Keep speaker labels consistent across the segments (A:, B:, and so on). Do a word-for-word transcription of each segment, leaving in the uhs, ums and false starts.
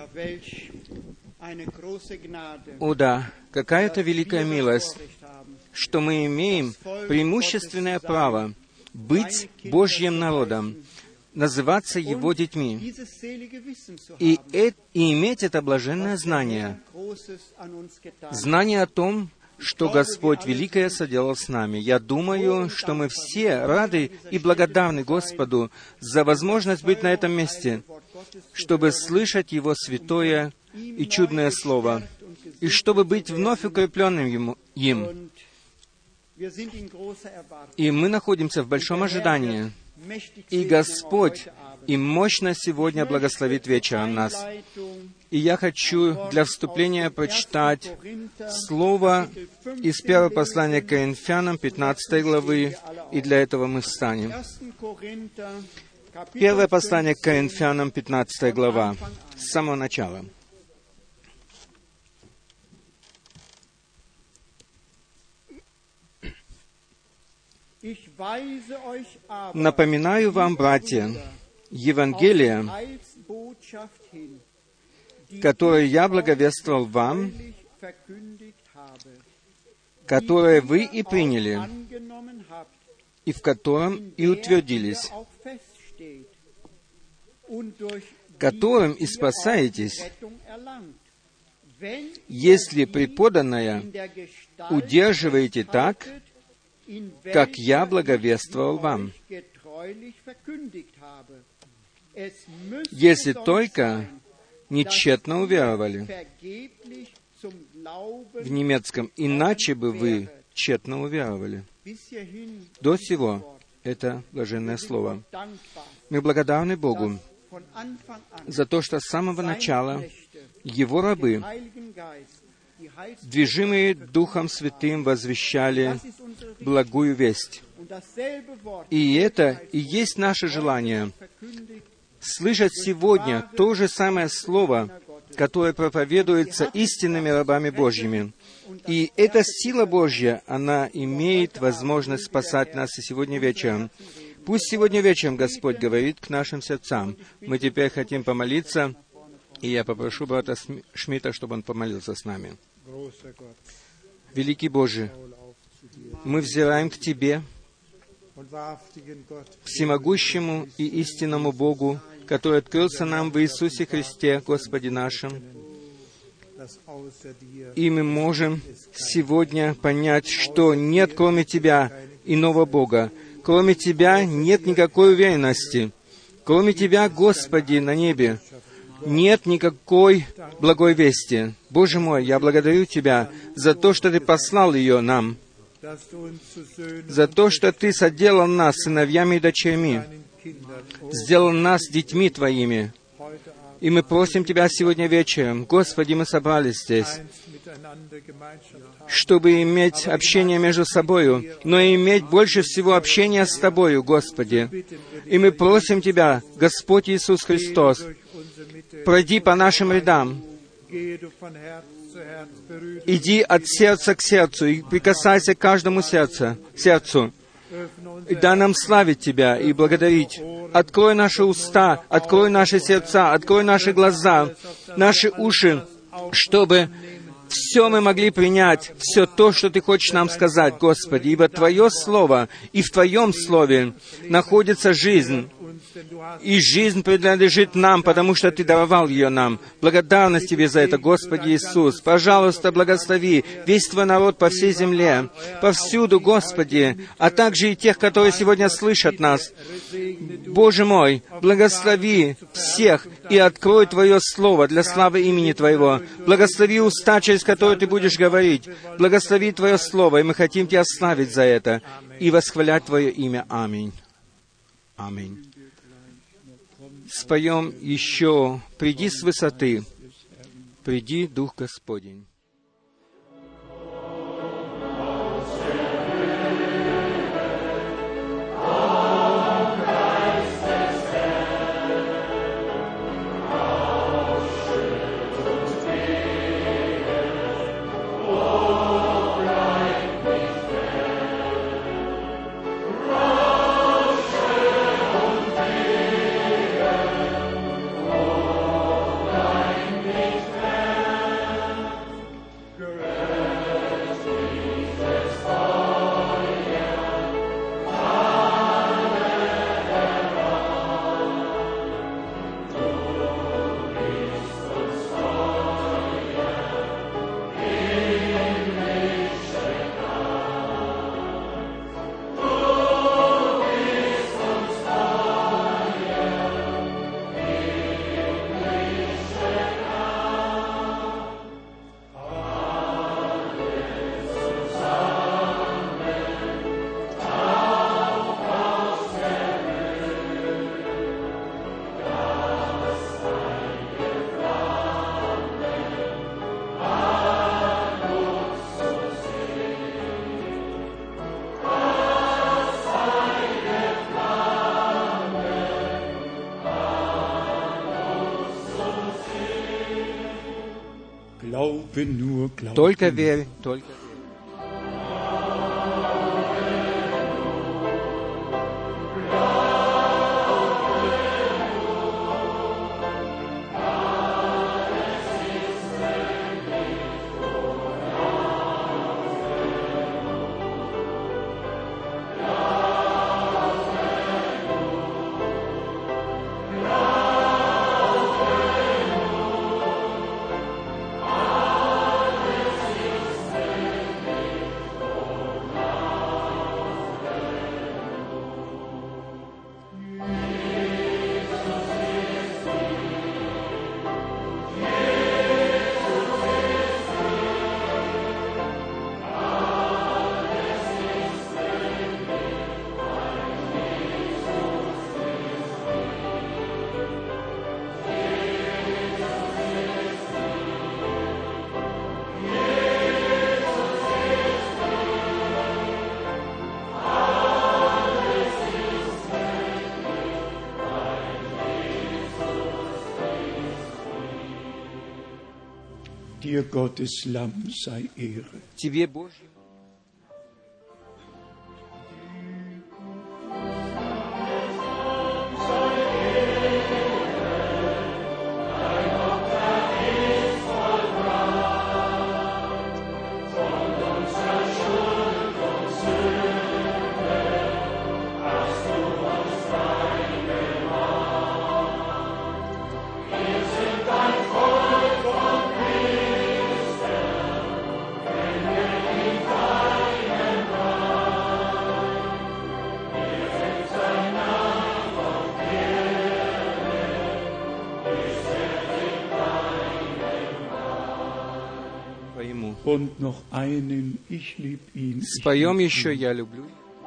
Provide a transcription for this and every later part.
A: О да, какая-то великая милость, что мы имеем преимущественное право быть Божьим народом, называться Его детьми и, и, и иметь это блаженное знание, знание о том, что Господь великое соделал с нами. Я думаю, что мы все рады и благодарны Господу за возможность быть на этом месте, чтобы слышать Его святое и чудное Слово, и чтобы быть вновь укрепленным ему, им. И мы находимся в большом ожидании. И Господь и мощно сегодня благословит вечером нас. И я хочу для вступления прочитать слово из первого послания к Коринфянам, пятнадцатой главы, и для этого мы встанем. Первое послание к Коринфянам, пятнадцатая глава, с самого начала. «Напоминаю вам, братья, Евангелие, которое я благовествовал вам, которое вы и приняли, и в котором и утвердились, которым и спасаетесь, если преподанное удерживаете так, как я благовествовал вам, если только не тщетно уверовали». В немецком «иначе бы вы тщетно уверовали». До сего это блаженное слово. Мы благодарны Богу за то, что с самого начала Его рабы, движимые Духом Святым, возвещали благую весть. И это и есть наше желание — слышать сегодня то же самое слово, которое проповедуется истинными рабами Божьими. И эта сила Божья, она имеет возможность спасать нас и сегодня вечером. Пусть сегодня вечером Господь говорит к нашим сердцам. Мы теперь хотим помолиться, и я попрошу брата Шмидта, чтобы он помолился с нами. Великий Боже, мы взираем к Тебе, всемогущему и истинному Богу, который открылся нам в Иисусе Христе, Господе нашим. И мы можем сегодня понять, что нет, кроме Тебя, иного Бога. Кроме Тебя нет никакой уверенности. Кроме Тебя, Господи, на небе, нет никакой благой вести. Боже мой, я благодарю Тебя за то, что Ты послал ее нам, за то, что Ты соделал нас сыновьями и дочерьми, сделал нас детьми Твоими. И мы просим Тебя сегодня вечером, Господи, мы собрались здесь, чтобы иметь общение между собою, но иметь больше всего общения с Тобою, Господи. И мы просим Тебя, Господь Иисус Христос, пройди по нашим рядам, иди от сердца к сердцу и прикасайся к каждому сердцу, сердцу. И дай нам славить Тебя и благодарить. Открой наши уста, открой наши сердца, открой наши глаза, наши уши, чтобы все мы могли принять, все то, что Ты хочешь нам сказать, Господи, ибо Твое Слово и в Твоем Слове находится жизнь. И жизнь принадлежит нам, потому что Ты даровал ее нам. Благодарность Тебе за это, Господи Иисус. Пожалуйста, благослови весь Твой народ по всей земле, повсюду, Господи, а также и тех, которые сегодня слышат нас. Боже мой, благослови всех и открой Твое Слово для славы имени Твоего. Благослови уста, через которые Ты будешь говорить. Благослови Твое Слово, и мы хотим Тебя славить за это и восхвалять Твое имя. Аминь. Аминь. Споем еще «Приди с высоты, приди, Дух Господень».
B: Dein
A: Только верь, только верь.
B: Dir Gottes Lamm sei Ehre.
A: Тебе, Божьему.
B: Und noch einen, ich lieb ihn.
A: Споем еще «Я люблю».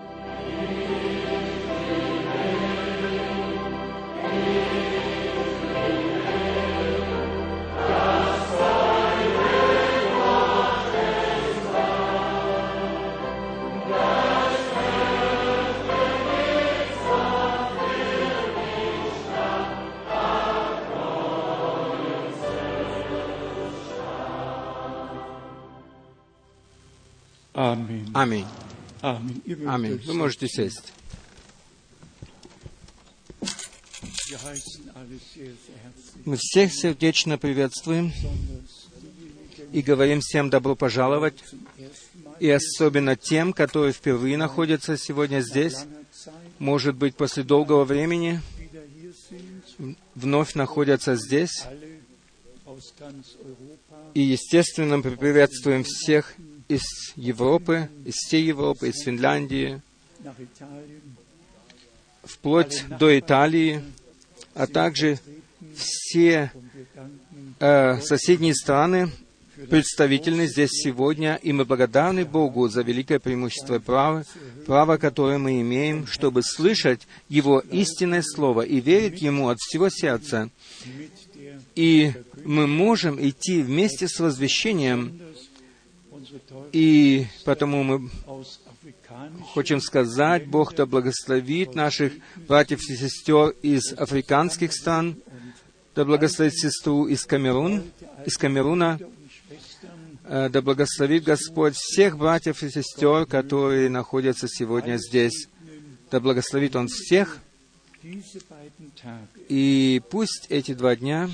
B: Аминь.
A: Аминь.
B: Аминь.
A: Аминь. Вы можете сесть. Мы всех сердечно приветствуем и говорим всем добро пожаловать, и особенно тем, которые впервые находятся сегодня здесь, может быть, после долгого времени вновь находятся здесь. И, естественно, мы приветствуем всех из Европы, из всей Европы, из Финляндии, вплоть до Италии, а также все э, соседние страны представительны здесь сегодня, и мы благодарны Богу за великое преимущество права, право, которое мы имеем, чтобы слышать Его истинное Слово и верить Ему от всего сердца. И мы можем идти вместе с возвещением, и потому мы хотим сказать, Бог да благословит наших братьев и сестер из африканских стран, да благословит сестру из Камерун, из Камеруна, да благословит Господь всех братьев и сестер, которые находятся сегодня здесь. Да благословит Он всех, и пусть эти два дня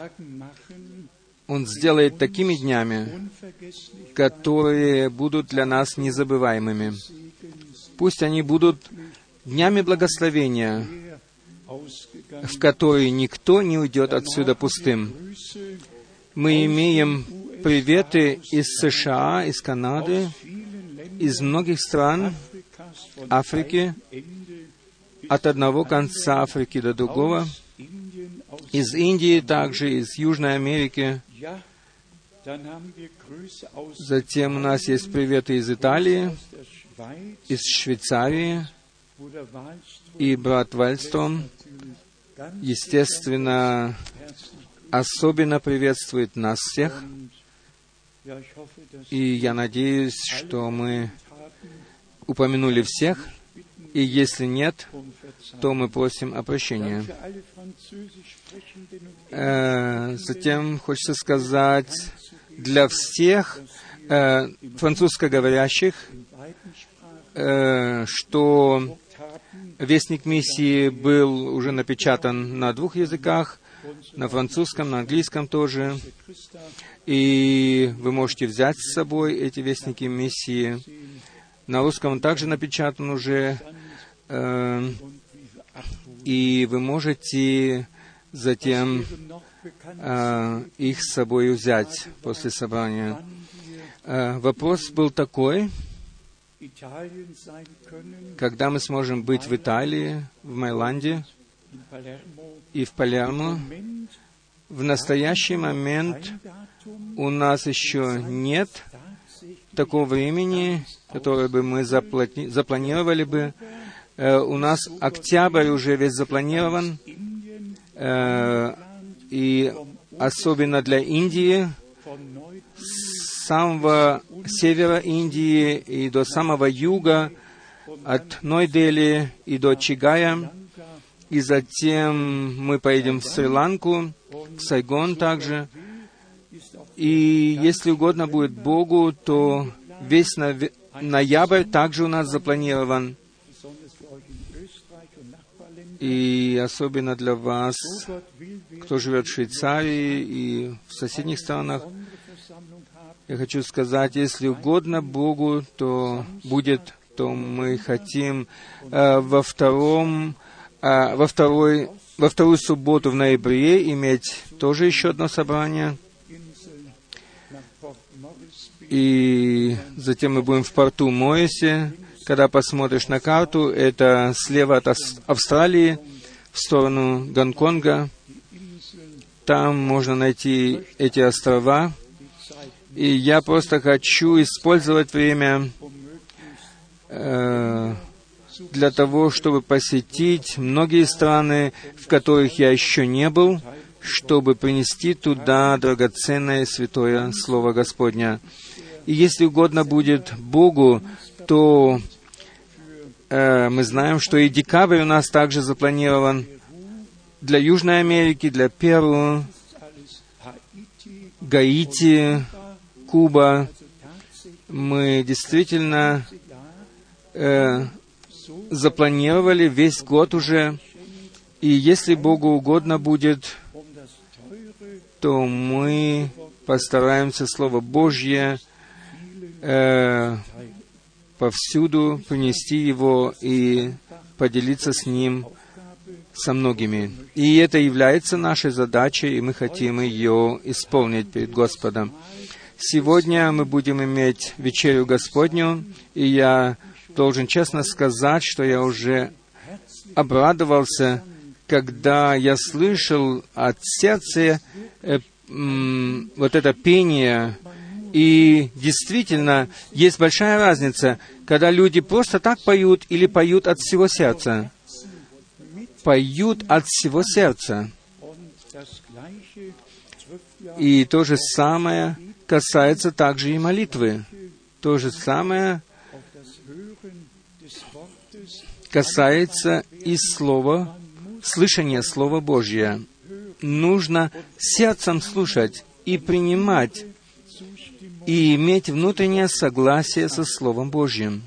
A: Он сделает такими днями, которые будут для нас незабываемыми. Пусть они будут днями благословения, в которые никто не уйдет отсюда пустым. Мы имеем приветы из США, из Канады, из многих стран Африки, от одного конца Африки до другого, из Индии также, из Южной Америки. Затем у нас есть приветы из Италии, из Швейцарии, и брат Вальстром, естественно, особенно приветствует нас всех. И я надеюсь, что мы упомянули всех, и если нет, то мы просим о прощении. Э, затем хочется сказать для всех э, французскоговорящих, э, что Вестник миссии был уже напечатан на двух языках, на французском, на английском тоже. И вы можете взять с собой эти Вестники миссии. На русском он также напечатан уже. Э, и вы можете затем э, их с собой взять после собрания. Э, вопрос был такой: когда мы сможем быть в Италии, в Майланде и в Палермо. В настоящий момент у нас еще нет такого времени, которое бы мы заплати, запланировали бы. Э, у нас октябрь уже весь запланирован, э, и особенно для Индии, с самого севера Индии и до самого юга, от Ной-Дели и до Чигая, и затем мы поедем в Шри-Ланку, в Сайгон также. И если угодно будет Богу, то весь ноябрь также у нас запланирован. И особенно для вас, кто живет в Швейцарии и в соседних странах, я хочу сказать, если угодно Богу, то будет, то мы хотим э, во втором, э, во второй, во вторую субботу в ноябре иметь тоже еще одно собрание. И затем мы будем в порту Моррисе. Когда посмотришь на карту, это слева от Австралии, в сторону Гонконга. Там можно найти эти острова. И я просто хочу использовать время э, для того, чтобы посетить многие страны, в которых я еще не был, чтобы принести туда драгоценное святое Слово Господня. И если угодно будет Богу, то э, мы знаем, что и декабрь у нас также запланирован для Южной Америки, для Перу, Гаити, Куба. Мы действительно э, запланировали весь год уже, и если Богу угодно будет, то мы постараемся Слово Божье э, повсюду принести его и поделиться с ним со многими. И это является нашей задачей, и мы хотим ее исполнить перед Господом. Сегодня мы будем иметь вечерю Господню, и я должен честно сказать, что я уже обрадовался, когда я слышал от сердца э, м, вот это пение. И действительно, есть большая разница, когда люди просто так поют или поют от всего сердца. Поют от всего сердца. И то же самое касается также и молитвы. То же самое касается и слова, слышания Слова Божьего. Нужно сердцем слушать и принимать, и иметь внутреннее согласие со Словом Божьим.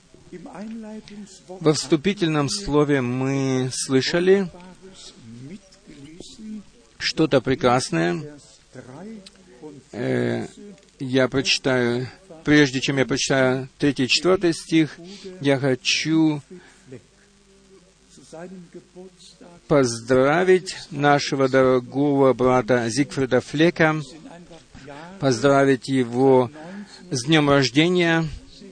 A: Во вступительном слове мы слышали что-то прекрасное. Э, я прочитаю, прежде чем я прочитаю третий и четвертый стих, я хочу поздравить нашего дорогого брата Зигфрида Флека, поздравить его с днем рождения.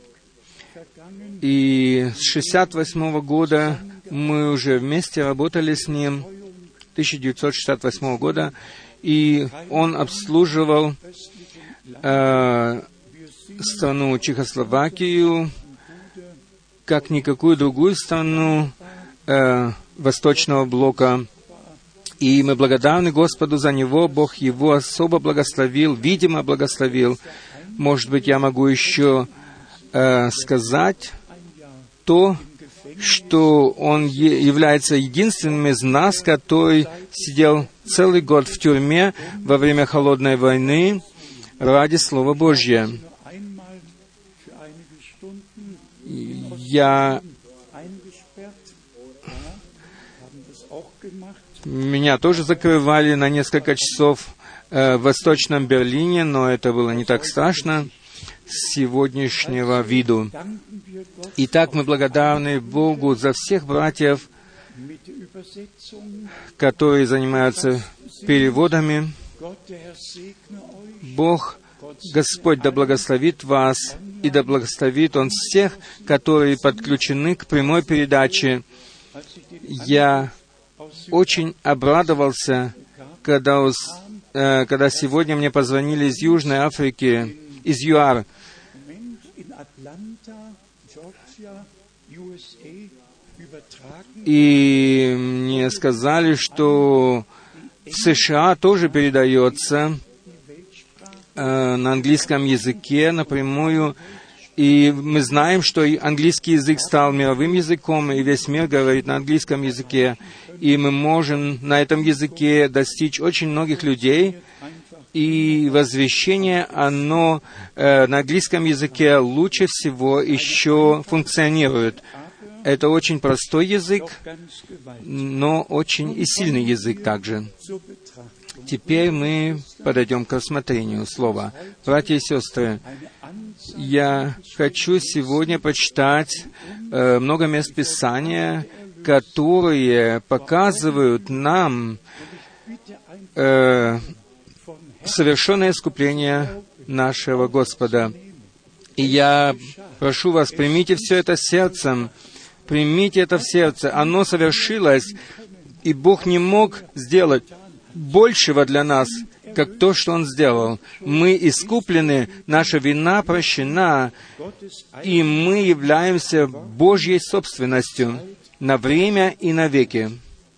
A: И с шестьдесят восьмого года мы уже вместе работали с ним, тысяча девятьсот шестьдесят восьмого года, и он обслуживал э, страну Чехословакию, как никакую другую страну э, Восточного блока. И мы благодарны Господу за него. Бог его особо благословил, видимо благословил. Может быть, я могу еще э, сказать то, что он е- является единственным из нас, который сидел целый год в тюрьме во время Холодной войны. ради Слова Божьего. Я... Меня тоже закрывали на несколько часов э, в Восточном Берлине, но это было не так страшно с сегодняшнего виду. Итак, мы благодарны Богу за всех братьев, которые занимаются переводами. Бог, Господь, да благословит вас, и да благословит Он всех, которые подключены к прямой передаче. Я очень обрадовался, когда, ус, э, когда сегодня мне позвонили из Южной Африки, из ЮАР. И мне сказали, что в США тоже передается э, на английском языке напрямую. И мы знаем, что английский язык стал мировым языком, и весь мир говорит на английском языке. И мы можем на этом языке достичь очень многих людей. И возвещение, оно э, на английском языке лучше всего еще функционирует. Это очень простой язык, но очень и сильный язык также. Теперь мы подойдем к рассмотрению слова. Братья и сестры, я хочу сегодня прочитать э, много мест Писания, которые показывают нам э, совершенное искупление нашего Господа. И я прошу вас, примите все это сердцем, примите это в сердце. Оно совершилось, и Бог не мог сделать большего для нас, как то, что Он сделал. Мы искуплены, наша вина прощена, и мы являемся Божьей собственностью на время и на веки.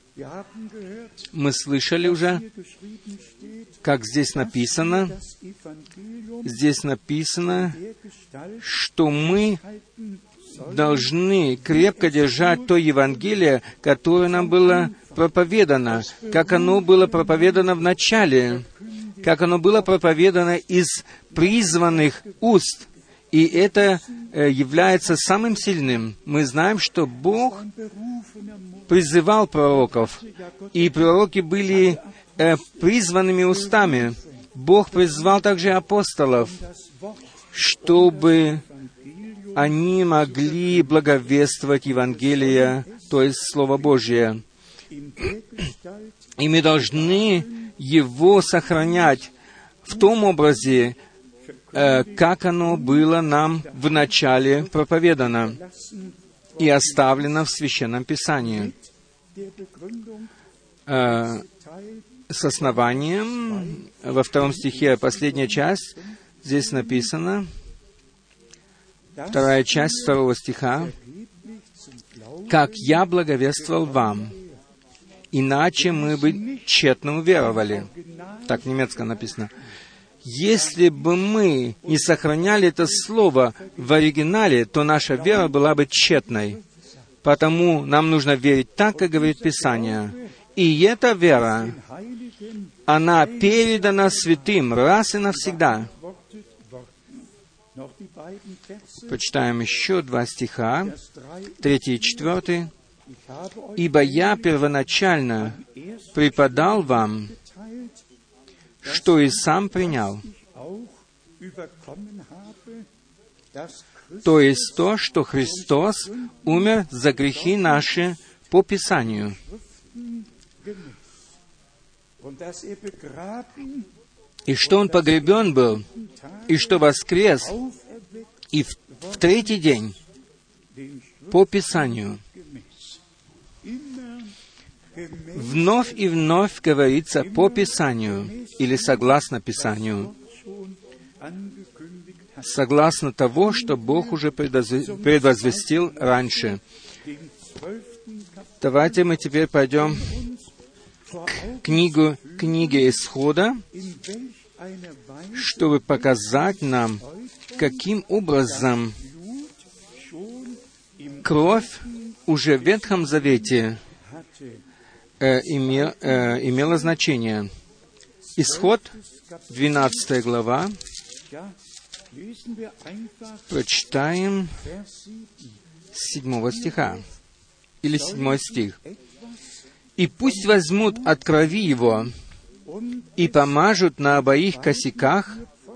A: Мы слышали уже, как здесь написано, здесь написано, что мы должны крепко держать то Евангелие, которое нам было проповедано, как оно было проповедано в начале, как оно было проповедано из призванных уст. И это э, является самым сильным. Мы знаем, что Бог призывал пророков, и пророки были э, призванными устами. Бог призвал также апостолов, чтобы они могли благовествовать Евангелие, то есть Слово Божье. И мы должны его сохранять в том образе, э, как оно было нам вначале проповедано и оставлено в Священном Писании. Э, с основанием, во втором стихе, последняя часть, здесь написано, вторая часть второго стиха, «Как я благовествовал вам, иначе мы бы тщетно уверовали». Так в немецком написано. Если бы мы не сохраняли это слово в оригинале, то наша вера была бы тщетной. Потому нам нужно верить так, как говорит Писание. И эта вера, она передана святым раз и навсегда. Почитаем еще два стиха, третий и четвертый. «Ибо я первоначально преподал вам, что и сам принял, то есть то, что Христос умер за грехи наши по Писанию, и что Он погребен был, и что воскрес, и в, в третий день по Писанию». Вновь и вновь говорится «по Писанию» или «согласно Писанию», согласно того, что Бог уже предвозвестил раньше. Давайте мы теперь пойдем к книгу, книге Исхода, чтобы показать нам, каким образом кровь уже в Ветхом Завете э, име, э, имела значение. Исход, двенадцатая глава. Прочитаем с седьмого стиха, или седьмой стих. «И пусть возьмут от крови его и помажут на обоих косяках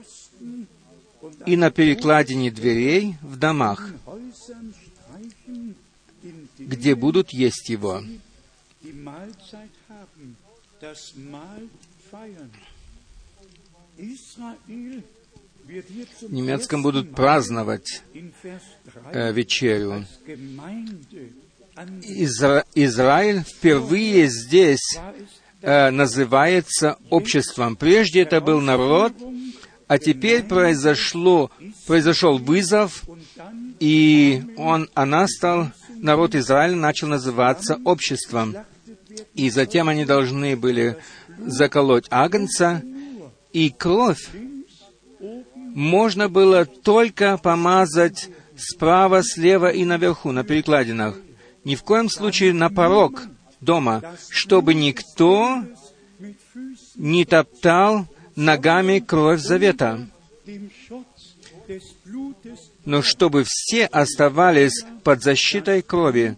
A: и на перекладине дверей в домах, где будут есть его». В немецком будут праздновать э, вечерю. Изра... Израиль впервые здесь э, называется обществом. Прежде это был народ, а теперь произошло, произошел вызов, и он, она стал, народ Израиля начал называться обществом. И затем они должны были заколоть агнца, и кровь можно было только помазать справа, слева и наверху, на перекладинах. Ни в коем случае на порог дома, чтобы никто не топтал ногами кровь завета, но чтобы все оставались под защитой крови.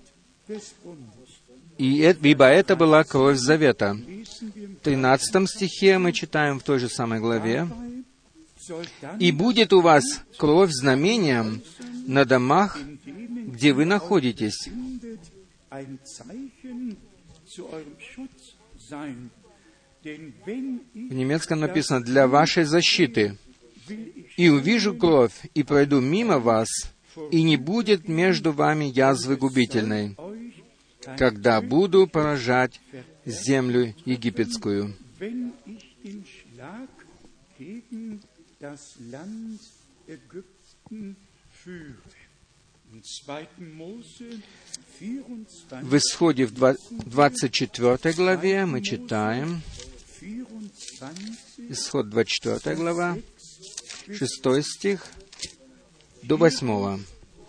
A: И это, ибо это была кровь завета. В тринадцатом стихе мы читаем в той же самой главе. «И будет у вас кровь знамением на домах, где вы находитесь». В немецком написано «для вашей защиты». «И увижу кровь, и пройду мимо вас, и не будет между вами язвы губительной, когда буду поражать землю египетскую». В Исходе в двадцать четвёртой главе мы читаем, Исход двадцать четвёртая глава, шестой стих до восьмого.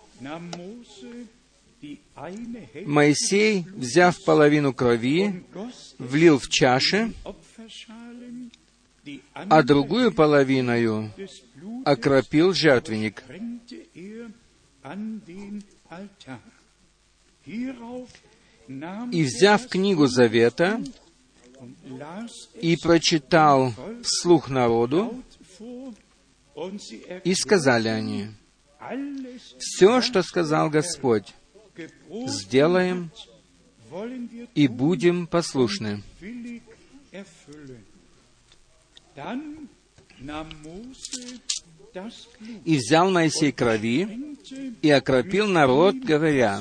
A: «Моисей, взяв половину крови, влил в чаши, а другую половиною окропил жертвенник. И, взяв книгу Завета, и прочитал вслух народу, и сказали они: «Все, что сказал Господь, сделаем и будем послушны». И взял Моисей крови и окропил народ, говоря: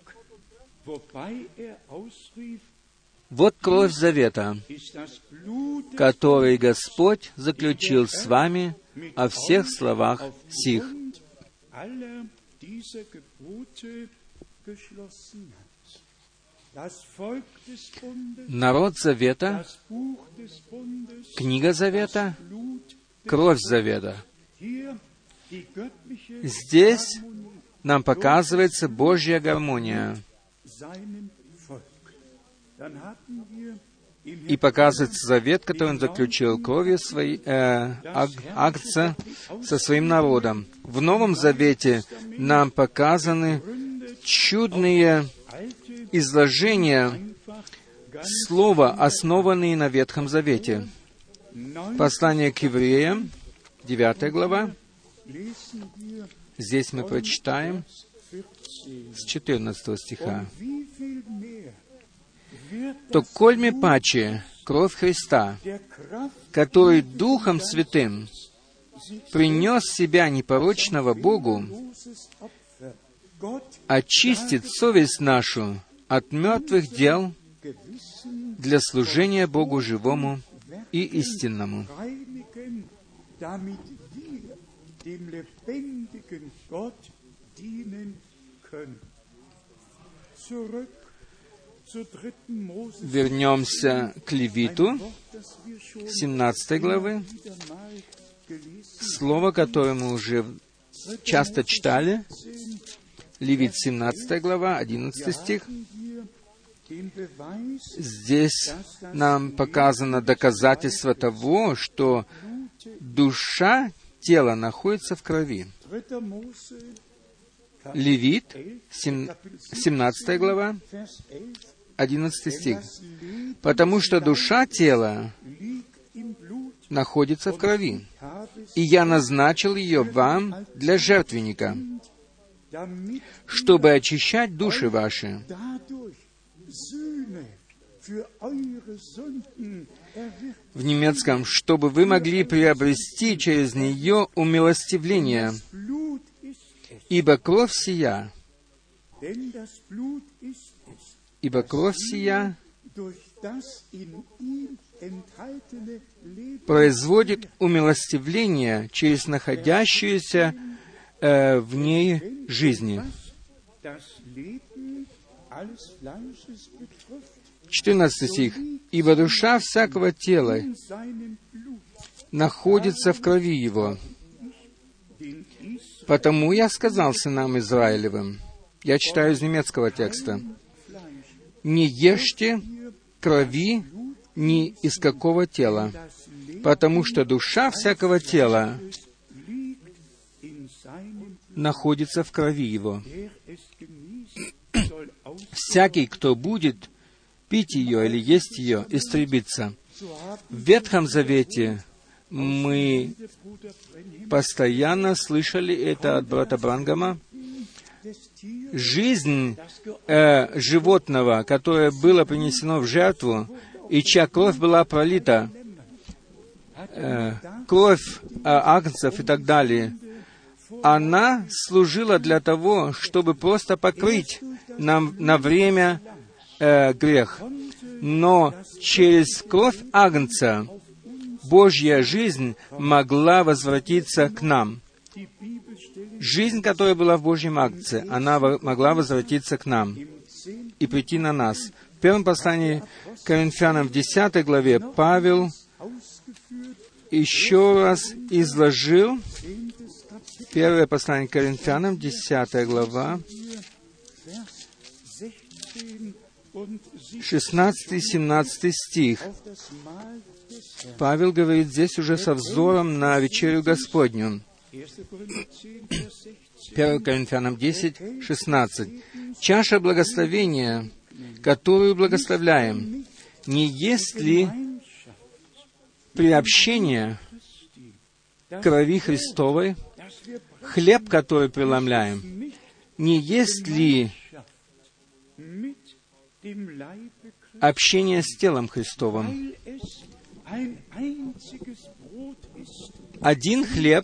A: «Вот кровь завета, который Господь заключил с вами о всех словах сих». Народ завета, книга завета, кровь завета. Здесь нам показывается Божья гармония. И показывается завет, который Он заключил кровью своей, э, аг, агнца со своим народом. В Новом Завете нам показаны чудные изложения слова, основанные на Ветхом Завете. Послание к евреям, девятая глава. Здесь мы прочитаем с четырнадцатого стиха. «То кольме паче кровь Христа, который Духом Святым принес себя непорочного Богу, очистит совесть нашу от мертвых дел для служения Богу живому и истинному». Вернемся к Левиту, семнадцатой главы, слово, которое мы уже часто читали. Левит, семнадцатая глава, одиннадцатый стих. Здесь нам показано доказательство того, что душа тела находится в крови. Левит, семнадцатая глава, одиннадцатый стих. «Потому что душа тела находится в крови, и я назначил ее вам для жертвенника, чтобы очищать души ваши». В немецком, чтобы вы могли приобрести через нее умилостивление, ибо кровь сия, ибо кровь сия производит умилостивление через находящуюся э, в ней жизнь. четырнадцатый стих. «Ибо душа всякого тела находится в крови его. Потому я сказал сынам Израилевым». Я читаю из немецкого текста. «Не ешьте крови ни из какого тела, потому что душа всякого тела находится в крови его. Всякий, кто будет пить ее или есть ее, истребится». В Ветхом Завете мы постоянно слышали это от брата Бранхама. Жизнь э, животного, которое было принесено в жертву, и чья кровь была пролита, э, кровь э, агнцев и так далее, она служила для того, чтобы просто покрыть нам на время э, грех. Но через кровь агнца Божья жизнь могла возвратиться к нам. Жизнь, которая была в Божьем агнце, она могла возвратиться к нам и прийти на нас. В первом послании к Коринфянам в десятой главе Павел еще раз изложил, первое послание к Коринфянам, десятая глава, шестнадцатый-семнадцатый стих. Павел говорит здесь уже со взором на вечерю Господню. первое Коринфянам десять, шестнадцать. «Чаша благословения, которую благословляем, не есть ли приобщение крови Христовой? Хлеб, который преломляем, не есть ли общение с телом Христовым? Один хлеб,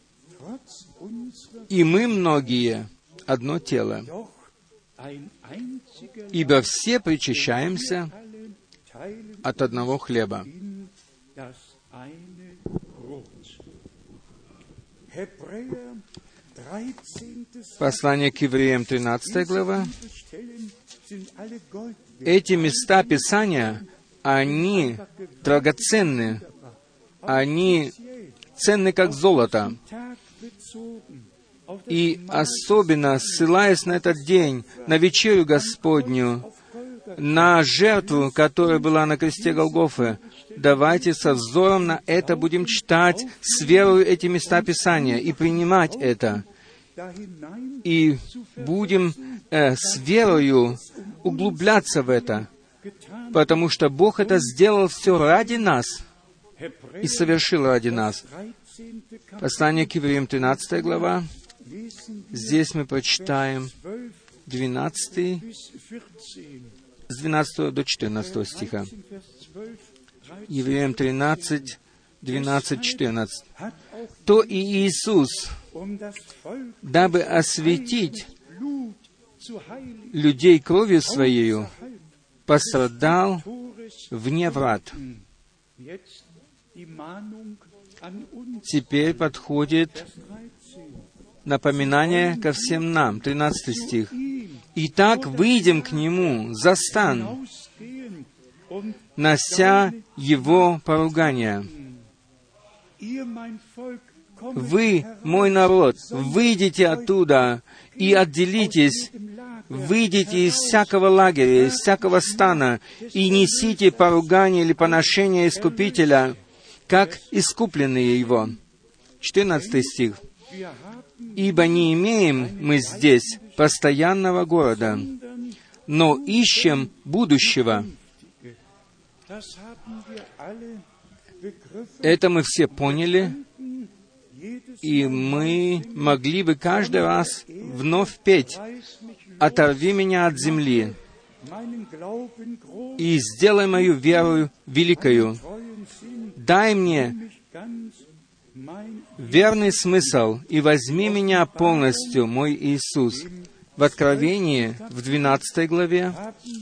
A: и мы многие одно тело, ибо все причащаемся от одного хлеба». Послание к Евреям, тринадцатая глава. Эти места Писания, они драгоценны, они ценны, как золото. И особенно, ссылаясь на этот день, на вечерю Господню, на жертву, которая была на кресте Голгофы, давайте со взором на это будем читать с верою эти места Писания и принимать это. И будем э, с верою углубляться в это, потому что Бог это сделал все ради нас и совершил ради нас. Послание к Евреям, тринадцатая глава. Здесь мы прочитаем двенадцатый, с двенадцатого до четырнадцатого стиха. Евреям тринадцать, двенадцать, четырнадцать. «То и Иисус, дабы осветить людей кровью Своею, пострадал вне врат». Теперь подходит напоминание ко всем нам, тринадцатый стих. «Итак, выйдем к Нему за стан, нося Его поругания. вы, мой народ, выйдите оттуда и отделитесь, выйдите из всякого лагеря, из всякого стана, и несите поругание или поношение Искупителя, как искупленные Его». четырнадцатый стих. «Ибо не имеем мы здесь постоянного города, но ищем будущего». Это мы все поняли, и мы могли бы каждый раз вновь петь: «Оторви меня от земли и сделай мою веру великою. Дай мне верный смысл и возьми меня полностью, мой Иисус». В Откровении, в двенадцатой главе,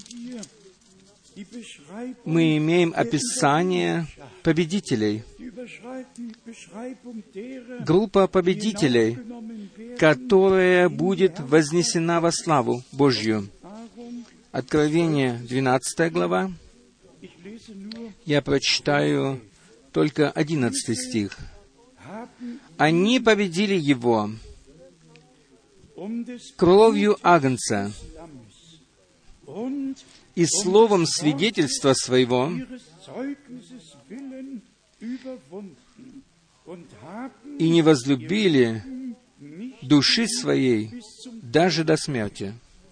A: мы имеем описание победителей. Группа победителей, которая будет вознесена во славу Божью. Откровение, двенадцатая глава. Я прочитаю только одиннадцатый стих. «Они победили Его кровью Агнца и словом свидетельства своего, и не возлюбили души своей даже до смерти».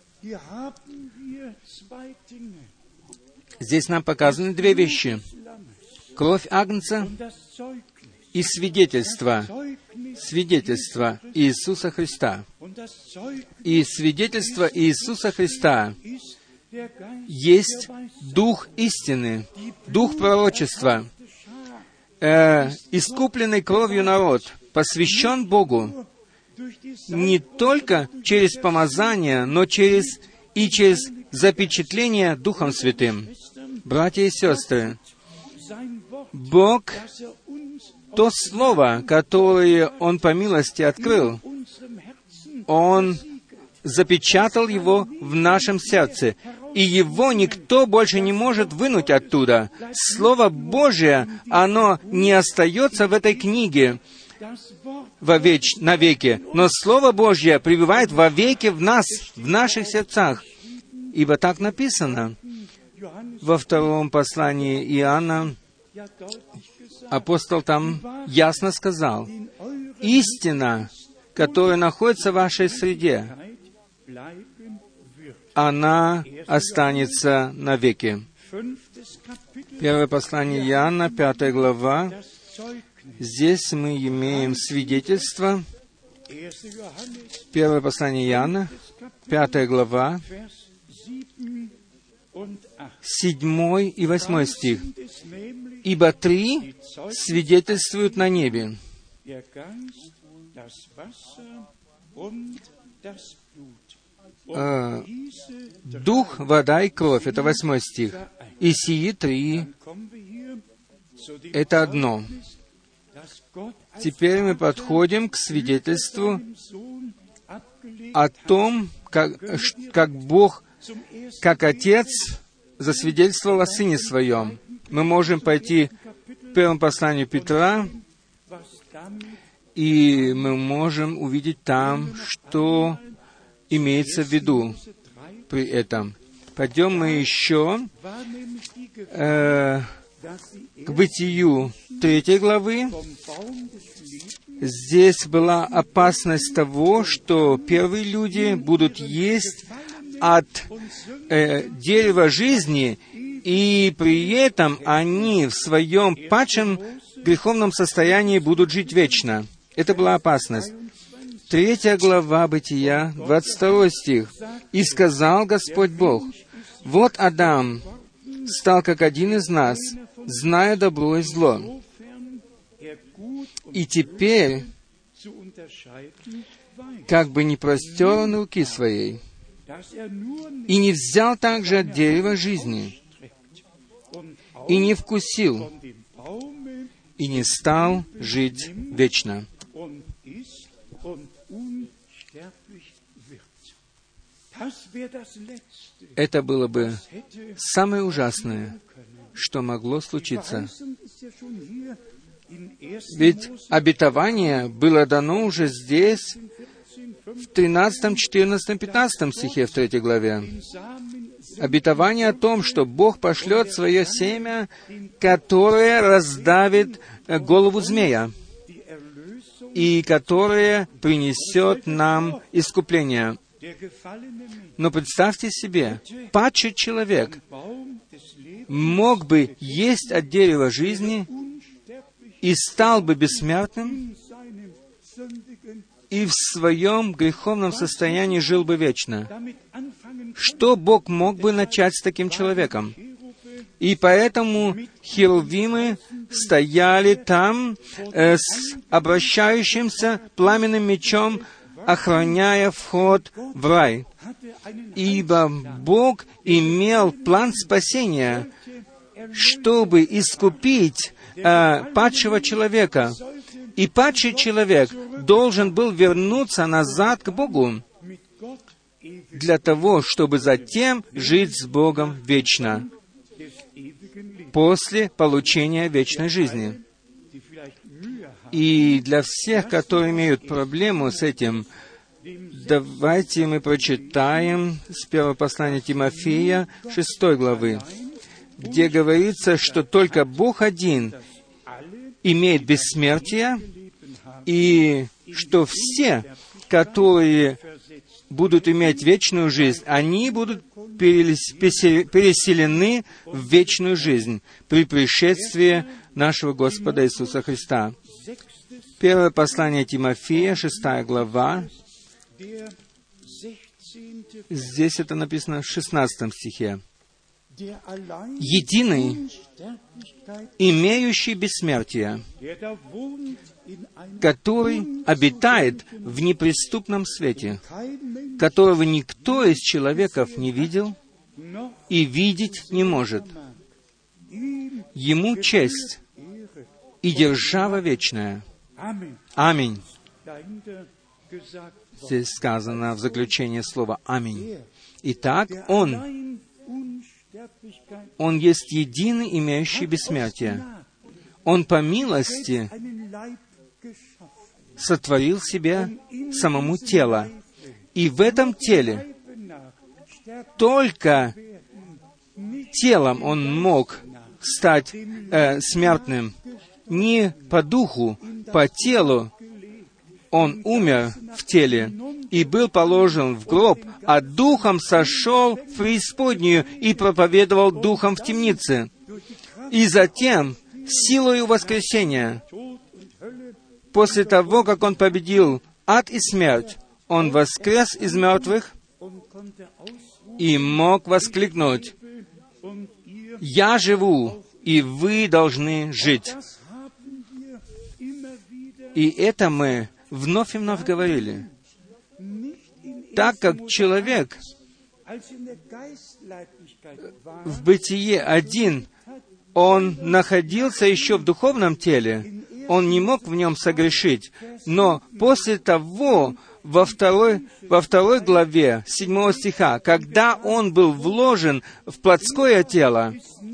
A: Здесь нам показаны две вещи: кровь Агнца и свидетельство, свидетельство Иисуса Христа. И свидетельство Иисуса Христа есть Дух истины, Дух пророчества. Э, искупленный кровью народ посвящен Богу не только через помазание, но через и через запечатление Духом Святым. Братья и сестры, Бог, то Слово, которое Он по милости открыл, Он запечатал его в нашем сердце, и его никто больше не может вынуть оттуда. Слово Божие, оно не остается в этой книге вовеч, навеки, но Слово Божье пребывает вовеки в нас, в наших сердцах. Ибо так написано во втором послании Иоанна, апостол там ясно сказал: «Истина, которая находится в вашей среде, она останется навеки». Первое послание Иоанна, пятая глава. Здесь мы имеем свидетельство. Первое послание Иоанна, пятая глава, седьмой и восьмой стих. «Ибо три свидетельствуют на небе: э, дух, вода и кровь». Это восьмой стих. И сии три — это одно. Теперь мы подходим к свидетельству о том, как, как Бог, как Отец засвидетельствовал о Сыне Своем. Мы можем пойти к первому посланию Петра, и мы можем увидеть там, что имеется в виду при этом. Пойдем мы еще э, к Бытию третьей главы. Здесь была опасность того, что первые люди будут есть от э, дерева жизни, и при этом они в своем падшем греховном состоянии будут жить вечно. Это была опасность. Третья глава Бытия, двадцать второй стих. «И сказал Господь Бог: вот Адам стал как один из нас, зная добро и зло. И теперь, как бы не простер он руки своей, и не взял также от дерева жизни, и не вкусил, и не стал жить вечно». Это было бы самое ужасное, что могло случиться. Ведь обетование было дано уже здесь, в тринадцатом, четырнадцатом, пятнадцатом стихе в третьей главе. Обетование о том, что Бог пошлет свое семя, которое раздавит голову змея, и которое принесет нам искупление. Но представьте себе, падший человек мог бы есть от дерева жизни и стал бы бессмертным, и в своем греховном состоянии жил бы вечно. Что Бог мог бы начать с таким человеком? И поэтому херувимы стояли там э, с обращающимся пламенным мечом, охраняя вход в рай. Ибо Бог имел план спасения, чтобы искупить э, падшего человека. И падший человек должен был вернуться назад к Богу для того, чтобы затем жить с Богом вечно, после получения вечной жизни. И для всех, которые имеют проблему с этим, давайте мы прочитаем с первого послания Тимофея, шестой главы, где говорится, что только Бог один имеет бессмертие, и что все, которые будут иметь вечную жизнь, они будут переселены в вечную жизнь при пришествии нашего Господа Иисуса Христа. Первое послание Тимофея, шестая глава. Здесь это написано в шестнадцатом стихе. «Единый, имеющий бессмертие, который обитает в неприступном свете, которого никто из человеков не видел и видеть не может. Ему честь и держава вечная. Аминь». Здесь сказано в заключении слова «Аминь». Итак, Он, Он есть единый, имеющий бессмертие. Он по милости сотворил себе самому тело. И в этом теле только телом Он мог стать э, смертным. Не по духу, по телу Он умер в теле и был положен в гроб, а духом сошел в преисподнюю и проповедовал духом в темнице. И затем, силою воскресения, после того, как Он победил ад и смерть, Он воскрес из мертвых и мог воскликнуть: «Я живу, и вы должны жить». И это мы вновь и вновь говорили. Так как человек в Бытие один, он находился еще в духовном теле, он не мог в нем согрешить, но после того, во второй, во второй главе седьмого стиха, когда он был вложен в плотское тело,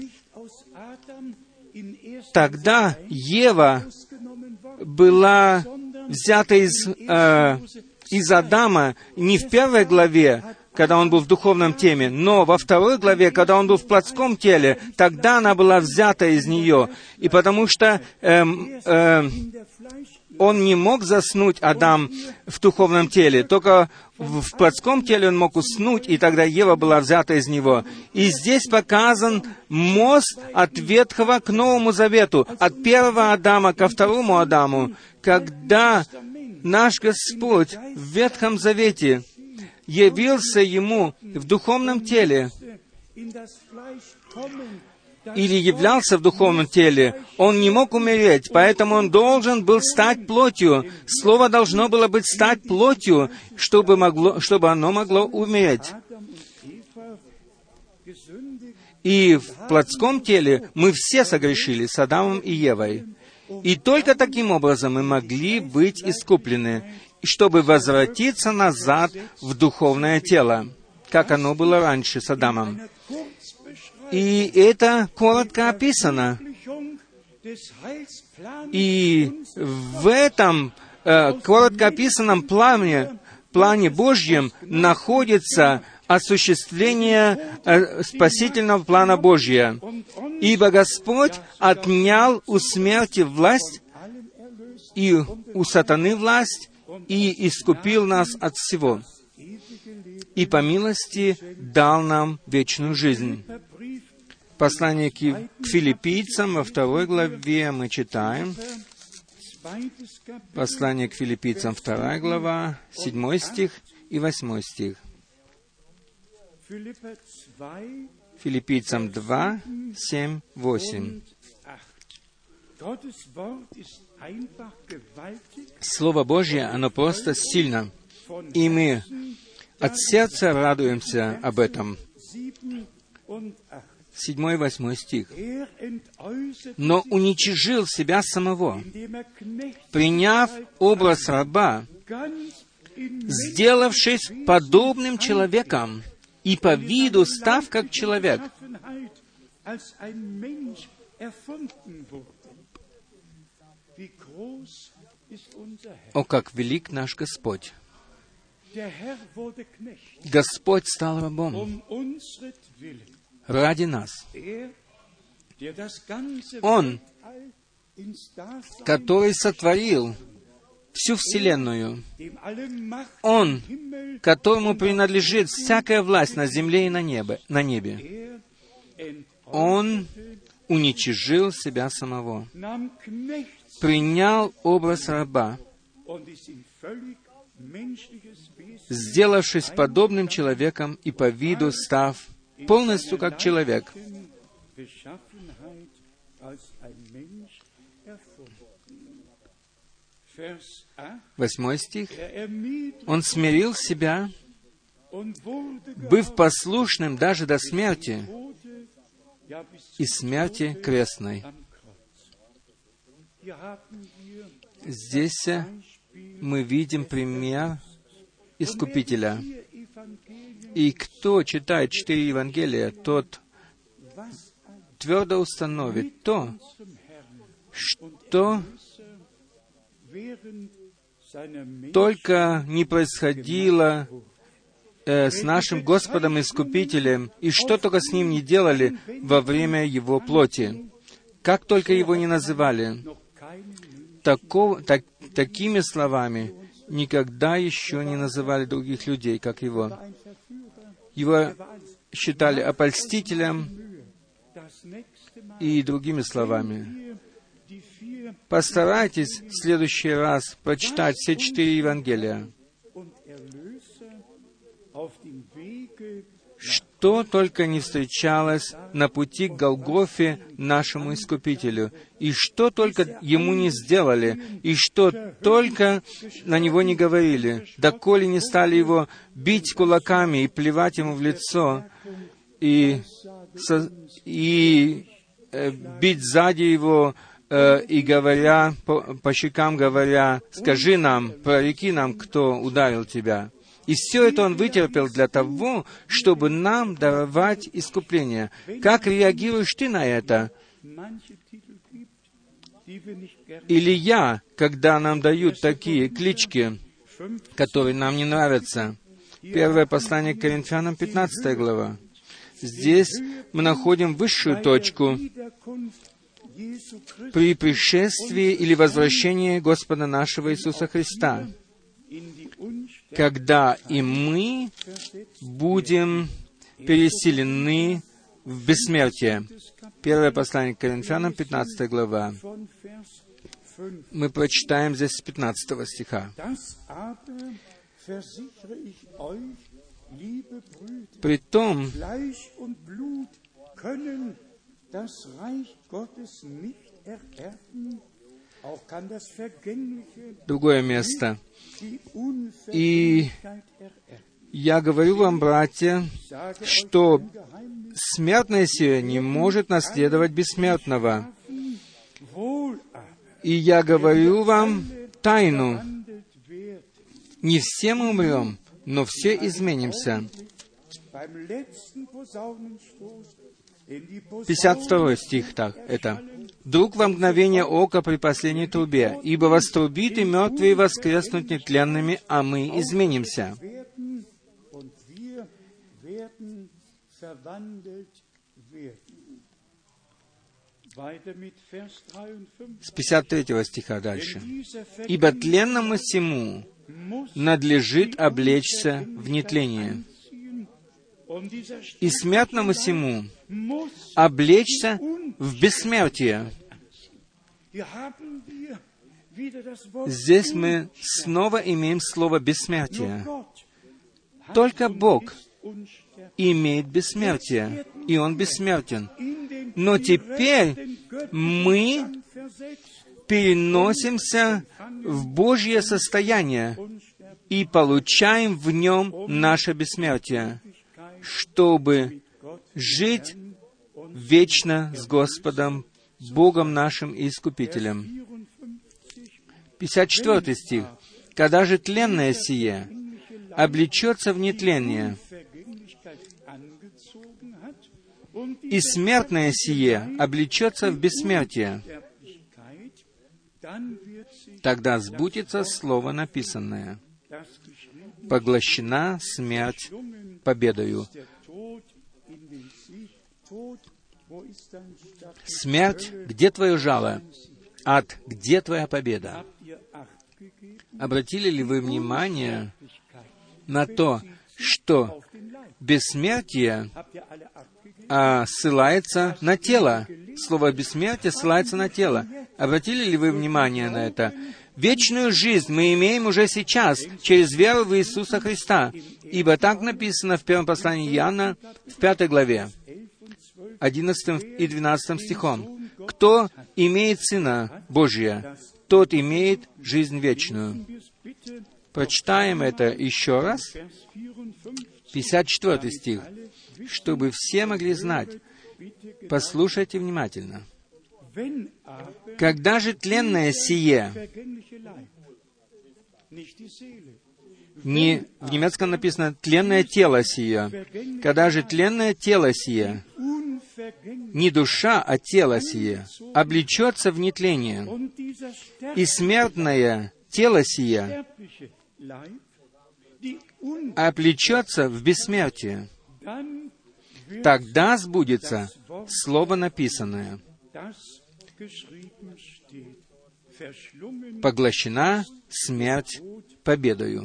A: тогда Ева была взята из, э, из Адама не в первой главе, когда он был в духовном теле, но во второй главе, когда он был в плотском теле, тогда она была взята из нее. И потому что э, э, он не мог заснуть, Адам, в духовном теле, только в плотском теле он мог уснуть, и тогда Ева была взята из него. И здесь показан мост от Ветхого к Новому Завету, от первого Адама ко второму Адаму, когда наш Господь в Ветхом Завете явился ему в духовном теле, или являлся в духовном теле, он не мог умереть, поэтому он должен был стать плотью. Слово должно было быть стать плотью, чтобы, могло, чтобы оно могло умереть. И в плотском теле мы все согрешили с Адамом и Евой. И только таким образом мы могли быть искуплены, чтобы возвратиться назад в духовное тело, как оно было раньше с Адамом. И это коротко описано. И в этом э, коротко описанном плане, плане Божьем находится осуществление э, спасительного плана Божьего. Ибо Господь отнял у смерти власть и у сатаны власть, и искупил нас от всего. И по милости дал нам вечную жизнь. Послание к филиппийцам во второй главе мы читаем. Послание к филиппийцам, вторая глава, седьмой стих и восьмой стих. Филиппийцам два, семь, восемь. Слово Божье, оно просто сильно, и мы от сердца радуемся об этом. Седьмой и восьмой стих. «Но уничижил себя самого, приняв образ раба, сделавшись подобным человеком, и по виду став как человек». О, как велик наш Господь! Господь стал рабом ради нас. Он, который сотворил всю Вселенную, Он, которому принадлежит всякая власть на земле и на небе, на небе, Он уничижил себя самого, принял образ раба, сделавшись подобным человеком и по виду став полностью как человек. Восьмой стих. «Он смирил себя, быв послушным даже до смерти, и смерти крестной». Здесь мы видим пример Искупителя. И кто читает четыре Евангелия, тот твердо установит то, что только не происходило э, с нашим Господом Искупителем, и что только с Ним не делали во время Его плоти. Как только Его не называли, такого, так, такими словами никогда еще не называли других людей, как Его. Его считали обольстителем и другими словами. Постарайтесь в следующий раз прочитать все четыре Евангелия. Что только не встречалось на пути к Голгофе нашему Искупителю, и что только Ему не сделали, и что только на Него не говорили, доколе не стали Его бить кулаками и плевать Ему в лицо, и, со, и э, бить сзади Его, э, и говоря, по, по щекам говоря, «Скажи нам, прореки нам, кто ударил тебя». И все это Он вытерпел для того, чтобы нам даровать искупление. Как реагируешь ты на это? Или я, когда нам дают такие клички, которые нам не нравятся? Первое послание к Коринфянам, пятнадцатая глава. Здесь мы находим высшую точку при пришествии или возвращении Господа нашего Иисуса Христа, когда и мы будем переселены в бессмертие. Первое послание к Коринфянам, пятнадцатая глава. Мы прочитаем здесь с пятнадцатого стиха. «Притом, другое место. И я говорю вам, братья, что смертное сие не может наследовать бессмертного. И я говорю вам тайну. Не все мы умрем, но все изменимся. пятьдесят второй стих так, это. «Вдруг во мгновение ока при последней трубе, ибо вострубит, и мертвые воскреснут нетленными, а мы изменимся». С пятьдесят третьего стиха дальше. «Ибо тленному сему надлежит облечься в нетление, и смертному сему облечься в бессмертие». Здесь мы снова имеем слово «бессмертие». Только Бог имеет бессмертие, и Он бессмертен. Но теперь мы переносимся в Божье состояние и получаем в нем наше бессмертие, чтобы жить вечно с Господом, Богом нашим и Искупителем. пятьдесят четвёртый стих. «Когда же тленное сие облечется в нетление, и смертное сие облечется в бессмертие, тогда сбудется слово написанное: поглощена смерть победою». Смерть, где твое жало? Ад, где твоя победа? Обратили ли вы внимание на то, что бессмертие а, ссылается на тело? Слово «бессмертие» ссылается на тело. Обратили ли вы внимание на это? Вечную жизнь мы имеем уже сейчас, через веру в Иисуса Христа. Ибо так написано в первом послании Иоанна, в пятой главе, одиннадцатым и двенадцатым стихом. «Кто имеет Сына Божия, тот имеет жизнь вечную». Прочитаем это еще раз. пятьдесят четвёртый стих. Чтобы все могли знать. Послушайте внимательно. «Когда же тленное сие...» Не, в немецком написано «тленное тело сие». «Когда же тленное тело сие...» Не душа, а тело сие облечется в нетление, и смертное тело сие облечется в бессмертие. Тогда сбудется слово написанное: поглощена смерть победою.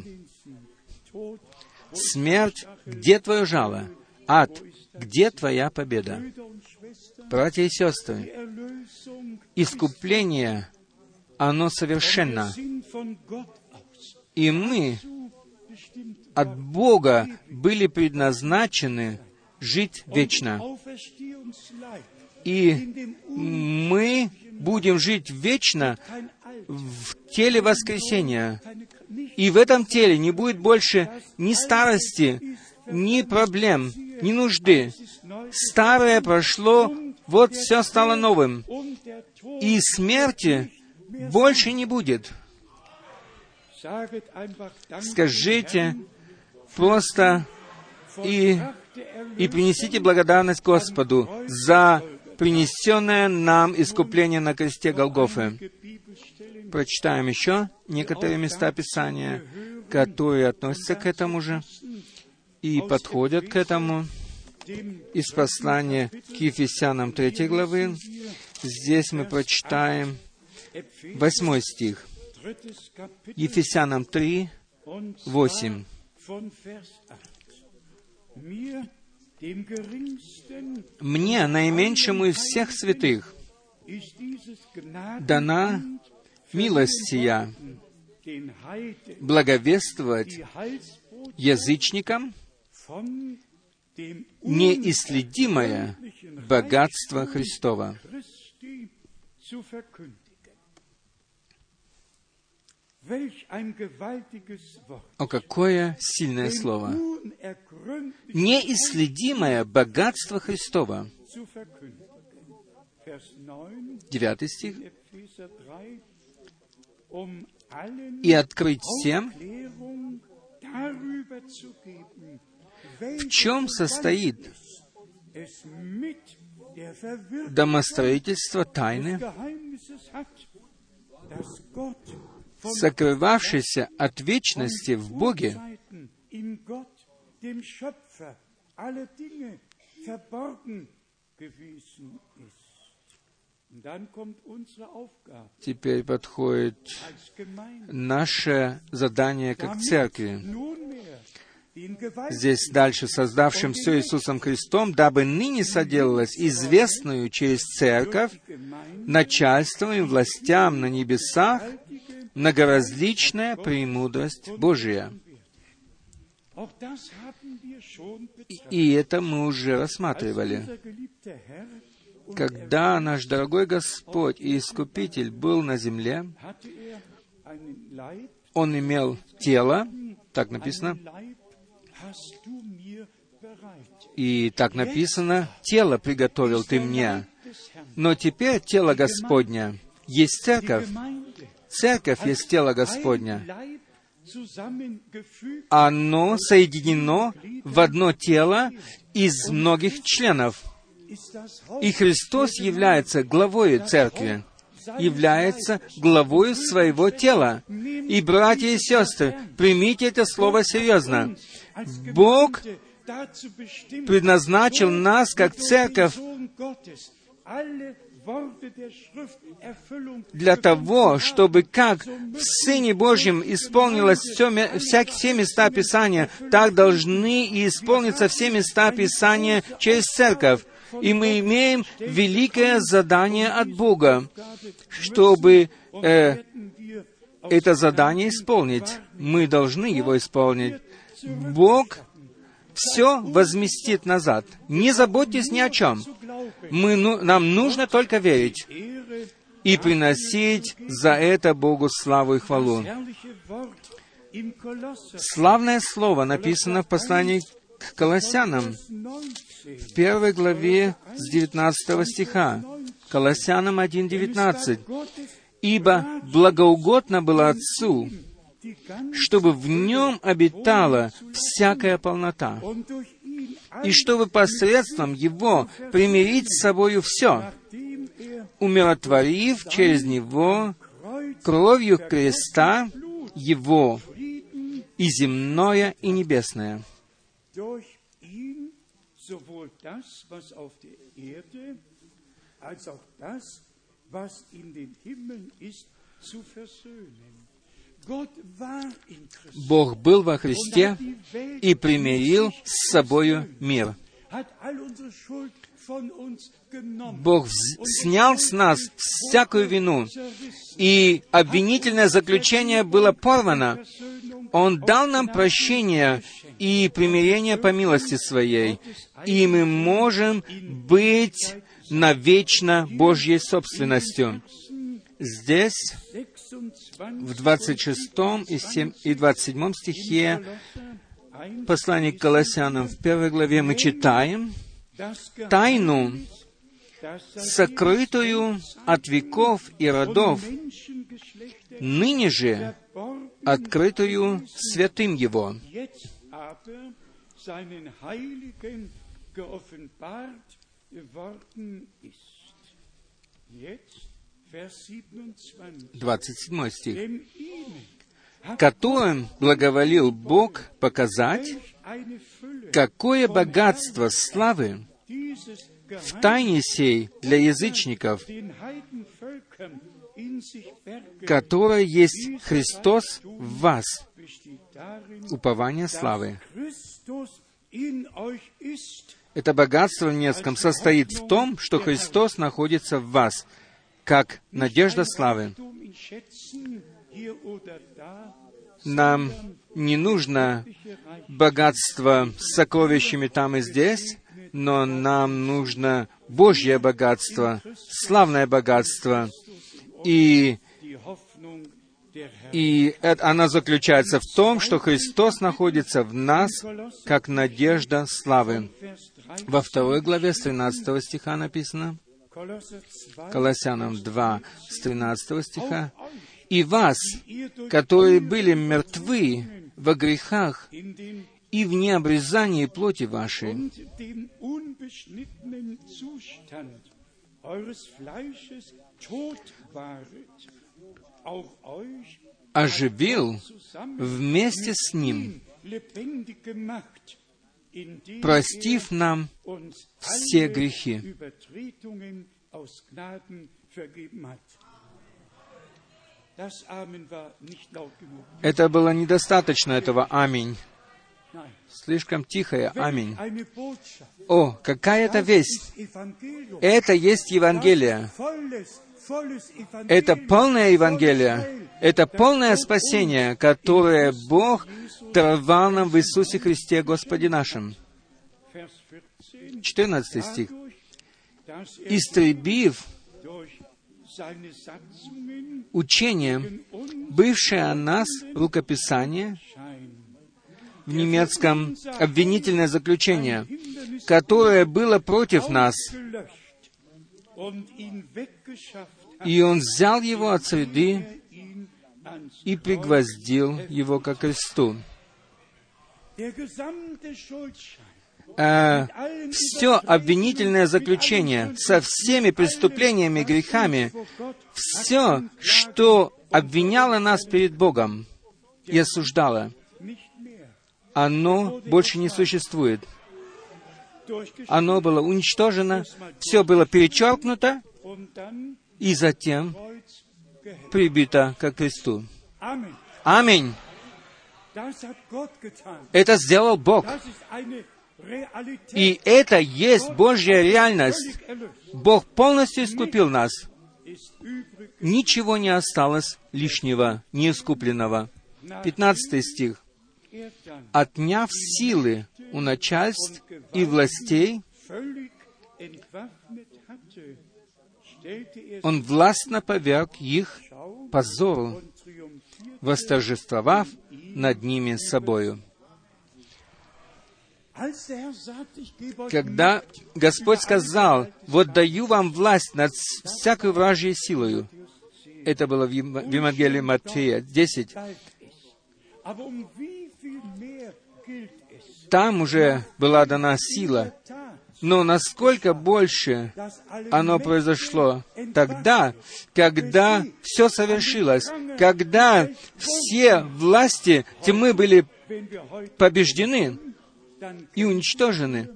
A: Смерть, где твое жало? Ад, где твоя победа? Братья и сестры, искупление, оно совершенно. И мы от Бога были предназначены жить вечно. И мы будем жить вечно в теле воскресения. И в этом теле не будет больше ни старости, ни проблем, ни нужды. Старое прошло, вот все стало новым. И смерти больше не будет. Скажите просто и, и принесите благодарность Господу за принесенное нам искупление на кресте Голгофы. Прочитаем еще некоторые места Писания, которые относятся к этому же и подходят к этому. Из послания к Ефесянам третьей главы. Здесь мы прочитаем восьмой стих. Ефесянам три, восемь. «Мне, наименьшему из всех святых, дана милость сия, благовествовать язычникам неисследимое богатство Христова». О, какое сильное слово! Неисследимое богатство Христова. Девятый стих. «И открыть всем, в чем состоит домостроительства тайны, сокрывавшейся от вечности в Боге, теперь подходит наше задание как церкви. Здесь дальше, создавшим все Иисусом Христом, дабы ныне соделалось известную через церковь начальством и властям на небесах многоразличная премудрость Божия. И, и это мы уже рассматривали. Когда наш дорогой Господь и Искупитель был на земле, Он имел тело, так написано, и так написано, «Тело приготовил Ты мне». Но теперь тело Господня есть церковь. Церковь есть тело Господня. Оно соединено в одно тело из многих членов. И Христос является главою церкви, является главою своего тела. И, братья и сестры, примите это слово серьезно. Бог предназначил нас как церковь для того, чтобы как в Сыне Божьем исполнилось все, вся, все места Писания, так должны и исполниться все места Писания через церковь. И мы имеем великое задание от Бога, чтобы э, это задание исполнить. Мы должны его исполнить. Бог все возместит назад. Не заботьтесь ни о чем. Мы, ну, нам нужно только верить и приносить за это Богу славу и хвалу. Славное слово написано в послании к Колоссянам, в первой главе с девятнадцатого стиха. Колоссянам один девятнадцать. «Ибо благоугодно было Отцу, чтобы в Нем обитала всякая полнота, и чтобы посредством Его примирить с собою все, умиротворив через Него кровью креста Его и земное, и небесное». Бог был во Христе и примирил с собою мир. Бог снял с нас всякую вину, и обвинительное заключение было порвано. Он дал нам прощение и примирение по милости Своей, и мы можем быть навечно Божьей собственностью. Здесь, в двадцать шестом и двадцать седьмом стихе послания к Колоссянам, в первой главе мы читаем тайну, сокрытую от веков и родов, ныне же открытую святым Его. двадцать седьмой стих. «Которым благоволил Бог показать, какое богатство славы в тайне сей для язычников, которая есть Христос в вас, упование славы». Это богатство в немецком состоит в том, что Христос находится в вас, как надежда славы. Нам не нужно богатство с сокровищами там и здесь, но нам нужно Божье богатство, славное богатство. И, и это, она заключается в том, что Христос находится в нас, как надежда славы. Во второй главе с тринадцатого стиха написано, Колоссянам два, с тринадцатого стиха, «И вас, которые были мертвы во грехах и в необрезании плоти вашей, оживил вместе с Ним, простив нам все грехи. Это было недостаточно, этого «Аминь». Слишком тихое «Аминь». О, какая это весть! Это есть Евангелие. Это полное Евангелие. Это полное спасение, которое Бог даровал нам в Иисусе Христе, Господе нашим. четырнадцатый стих. «Истребив учение, бывшее о нас рукописание», в немецком обвинительное заключение, которое было против нас, и Он взял его от среды и пригвоздил его ко кресту. А, все обвинительное заключение со всеми преступлениями и грехами, все, что обвиняло нас перед Богом и осуждало, оно больше не существует. Оно было уничтожено, все было перечеркнуто и затем прибито ко кресту. Аминь. Это сделал Бог. И это есть Божья реальность. Бог полностью искупил нас. Ничего не осталось лишнего, неискупленного. пятнадцатый стих. «Отняв силы у начальств и властей, Он властно поверг их позору, восторжествовав над ними собою». Когда Господь сказал: «Вот даю вам власть над всякой вражьей силою», это было в Евангелии Матфея десять, там уже была дана сила. Но насколько больше оно произошло тогда, когда все совершилось, когда все власти тьмы были побеждены и уничтожены.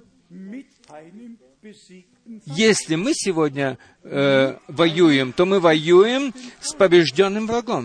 A: Если мы сегодня э, воюем, то мы воюем с побежденным врагом.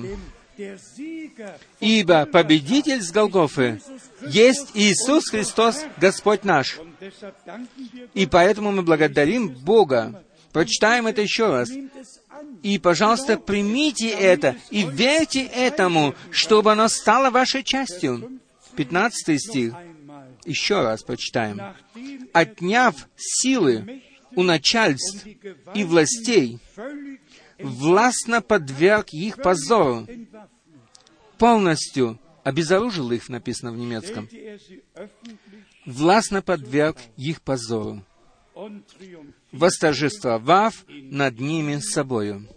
A: Ибо победитель с Голгофы есть Иисус Христос, Господь наш. И поэтому мы благодарим Бога. Прочитаем это еще раз. И, пожалуйста, примите это и верьте этому, чтобы оно стало вашей частью. пятнадцатый стих. Еще раз прочитаем. «Отняв силы у начальств и властей, властно подверг их позору». Полностью обезоружил их, написано в немецком. «Властно подверг их позору, восторжествовав над ними собою».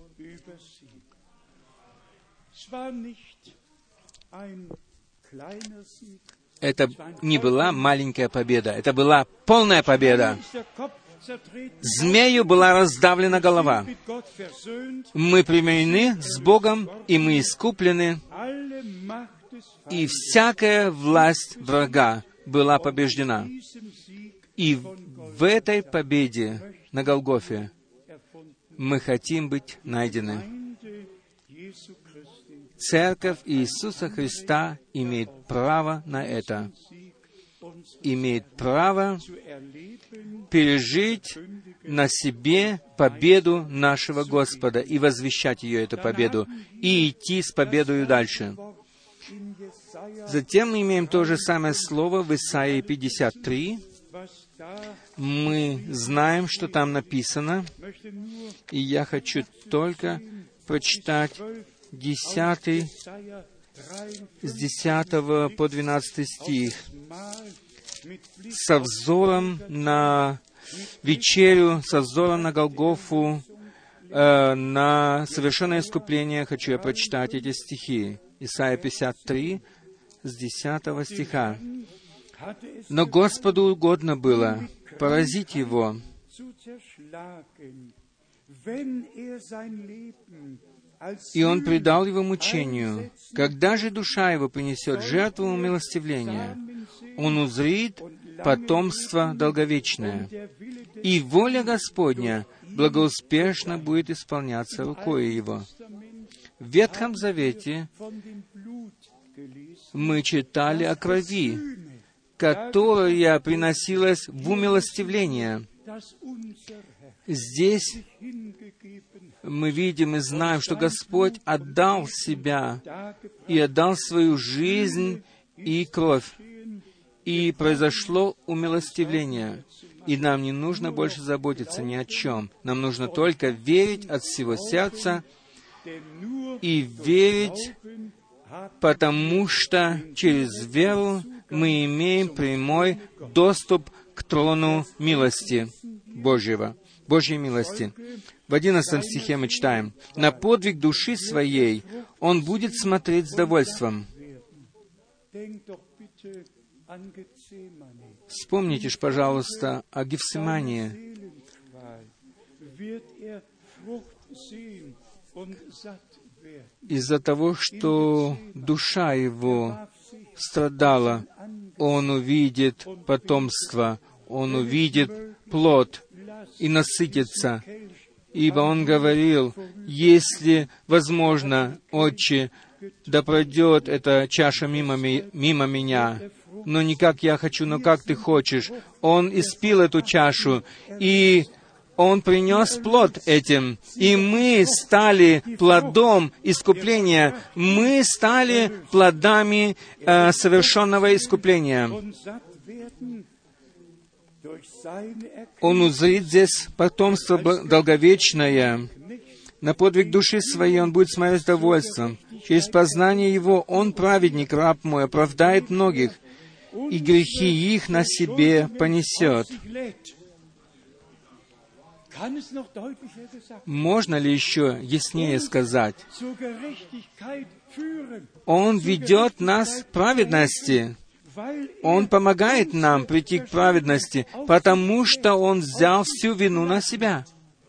A: Это не была маленькая победа, это была полная победа. Змею была раздавлена голова. Мы примирены с Богом, и мы искуплены, и всякая власть врага была побеждена. И в этой победе на Голгофе мы хотим быть найдены. Церковь Иисуса Христа имеет право на это. Имеет право пережить на себе победу нашего Господа и возвещать ее, эту победу, и идти с победою дальше. Затем мы имеем то же самое слово в Исаии пятьдесят три. Мы знаем, что там написано, и я хочу только прочитать десятый, с десятого по двенадцатый стих. «Со взором на вечерю, со взором на Голгофу, э, на совершенное искупление» хочу я прочитать эти стихи. Исайя пятьдесят три, с десятого стиха. Но Господу угодно было поразить его. И Он предал его мучению. Когда же душа его принесет жертву умилостивления, он узрит потомство долговечное, и воля Господня благоуспешно будет исполняться рукой его. В Ветхом Завете мы читали о крови, которая приносилась в умилостивление. Здесь мы видим и знаем, что Господь отдал себя и отдал свою жизнь и кровь. И произошло умилостивление. И нам не нужно больше заботиться ни о чем. Нам нужно только верить от всего сердца и верить, потому что через веру мы имеем прямой доступ к трону милости Божьего, Божьей милости. В одиннадцатом стихе мы читаем: «На подвиг души своей он будет смотреть с довольством». Вспомните ж, пожалуйста, о Гефсимании. Из-за того, что душа его страдала, он увидит потомство, он увидит плод и насытится. Ибо он говорил: «Если возможно, Отче, да пройдет эта чаша мимо, ми, мимо меня, но не как я хочу, но как Ты хочешь». Он испил эту чашу, и Он принес плод этим, и мы стали плодом искупления, мы стали плодами э, совершенного искупления. Он узрит здесь потомство долговечное. На подвиг души своей он будет смотреть с довольством. Через познание его он, праведник, раб мой, оправдает многих, и грехи их на себе понесет. Можно ли еще яснее сказать? Он ведет нас к праведности. Он помогает нам прийти к праведности, потому что Он взял всю вину на себя.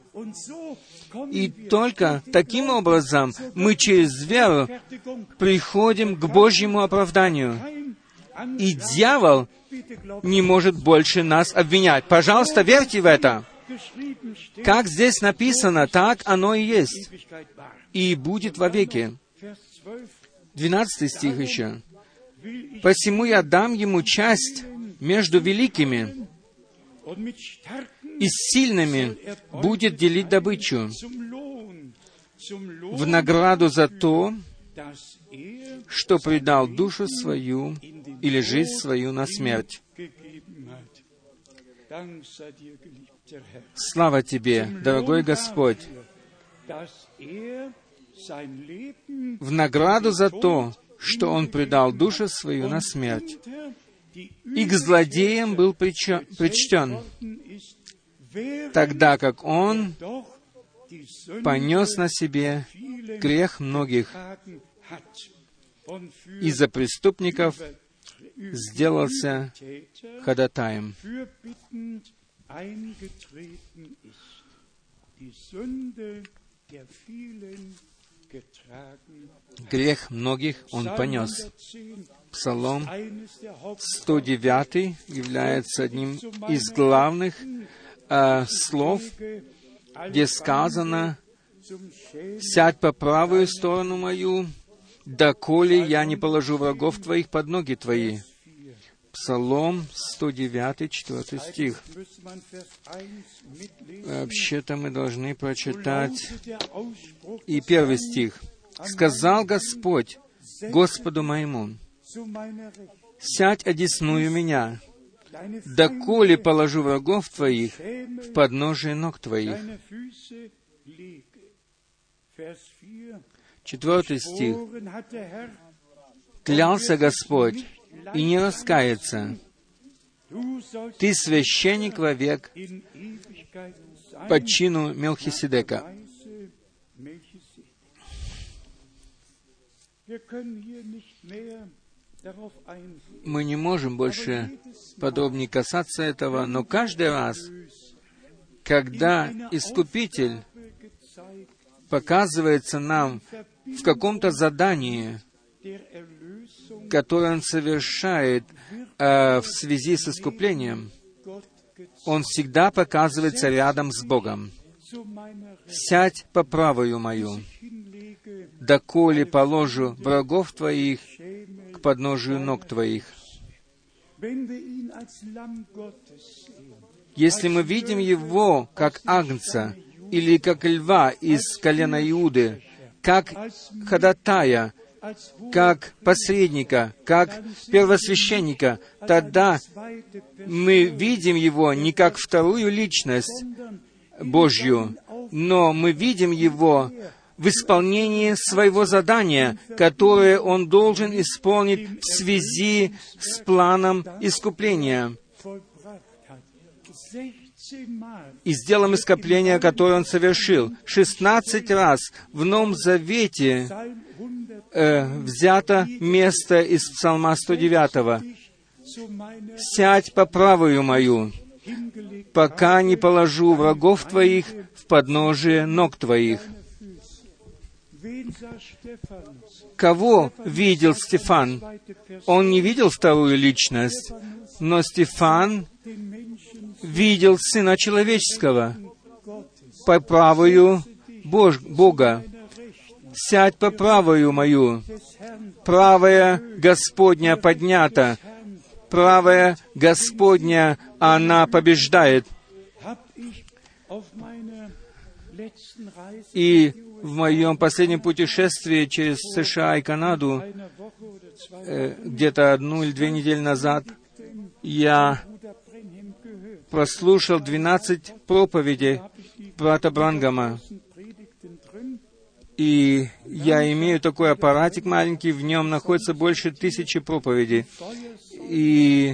A: И только таким образом мы через веру приходим к Божьему оправданию. И дьявол не может больше нас обвинять. Пожалуйста, верьте в это. Как здесь написано, так оно и есть. И будет вовеки. Двенадцатый стих еще. «Посему я дам ему часть между великими, и с сильными будет делить добычу, в награду за то, что предал душу свою или жизнь свою на смерть». Слава Тебе, дорогой Господь! В награду за то, что Он предал душу свою на смерть, и к злодеям был причтен, тогда как Он понес на себе грех многих, и за преступников сделался ходатаем. Грех многих Он понес. Псалом сто девять является одним из главных э, слов, где сказано: «Сядь по правую сторону мою, доколе я не положу врагов твоих под ноги твои». Псалом сто девять, четвёртый стих. Вообще-то мы должны прочитать и первый стих. «Сказал Господь Господу моему: сядь одесную меня, доколе положу врагов твоих в подножие ног твоих». Четвертый стих. «Клялся Господь, и не раскается. Ты священник вовек по чину Мелхиседека». Мы не можем больше подробнее касаться этого, но каждый раз, когда Искупитель показывается нам в каком-то задании, которое Он совершает э, в связи с искуплением, Он всегда показывается рядом с Богом. «Сядь по правую мою, доколе положу врагов твоих к подножию ног твоих». Если мы видим Его как Агнца или как льва из колена Иуды, как ходатая, как посредника, как первосвященника, тогда мы видим Его не как вторую личность Божью, но мы видим Его в исполнении своего задания, которое Он должен исполнить в связи с планом искупления и с делом искупления, которое Он совершил. Шестнадцать раз в Новом Завете э, взято место из Псалма сто девятого. «Сядь по правую мою, пока не положу врагов твоих в подножие ног твоих». Кого видел Стефан? Он не видел вторую личность, но Стефан видел Сына Человеческого по правую Бож- Бога. «Сядь по правую мою, правая Господня поднята, правая Господня, она побеждает». И в моем последнем путешествии через США и Канаду, э, где-то одну или две недели назад, я прослушал двенадцать проповедей брата Бранхама. И я имею такой аппаратик маленький, в нем находится больше тысячи проповедей. И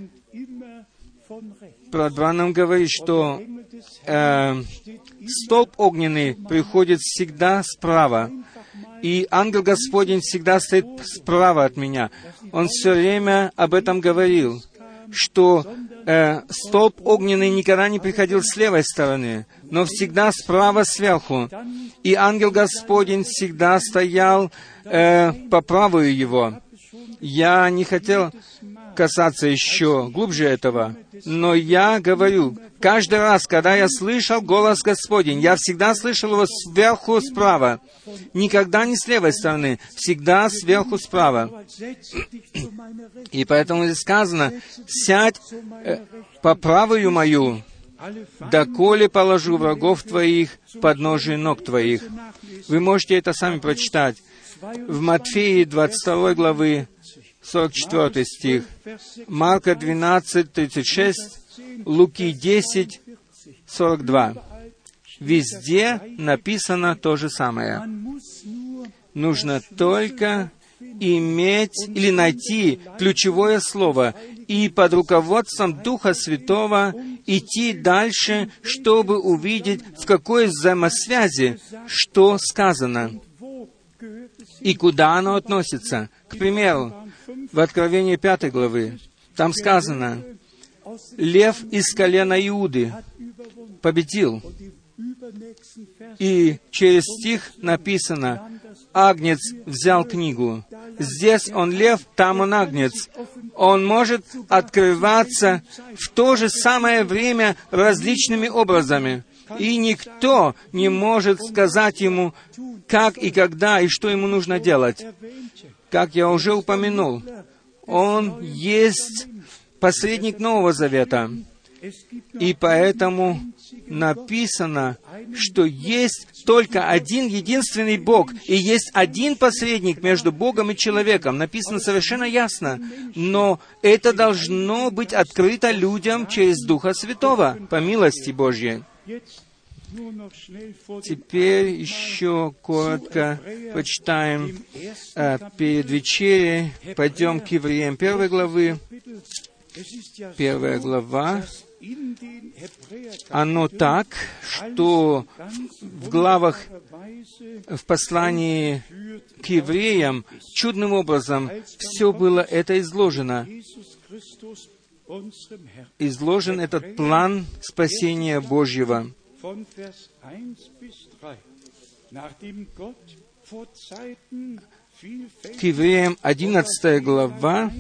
A: брат Бранхам говорит, что э, столб огненный приходит всегда справа, и ангел Господень всегда стоит справа от меня. Он все время об этом говорил, что э, столб огненный никогда не приходил с левой стороны, но всегда справа сверху. И ангел Господень всегда стоял э, по правую его. Я не хотел касаться еще глубже этого, но я говорю, каждый раз, когда я слышал голос Господень, я всегда слышал его сверху справа. Никогда не с левой стороны, всегда сверху справа. И поэтому здесь сказано, «Сядь э, по правую мою, доколе положу врагов твоих в подножие ног твоих». Вы можете это сами прочитать. В Матфеи двадцать второй главы, сорок четвёртый стих, Марка двенадцать, тридцать шесть, Луки десять, сорок два. Везде написано то же самое. Нужно только иметь или найти ключевое слово и под руководством Духа Святого идти дальше, чтобы увидеть, в какой взаимосвязи что сказано и куда оно относится. К примеру, в Откровении пятой главы, там сказано, «Лев из колена Иуды победил». И через стих написано, «Агнец взял книгу». Здесь он лев, там он агнец. Он может открываться в то же самое время различными образами. И никто не может сказать ему, как и когда, и что ему нужно делать. Как я уже упомянул, он есть посредник Нового Завета. И поэтому написано, что есть только один единственный Бог, и есть один посредник между Богом и человеком. Написано совершенно ясно. Но это должно быть открыто людям через Духа Святого, по милости Божьей. Теперь еще коротко почитаем э, перед вечерей. Пойдем к Евреям первой главы. Первая глава, Оно так, что в главах, в послании к евреям, чудным образом все было это изложено. Изложен этот план спасения Божьего. К евреям одиннадцатая глава,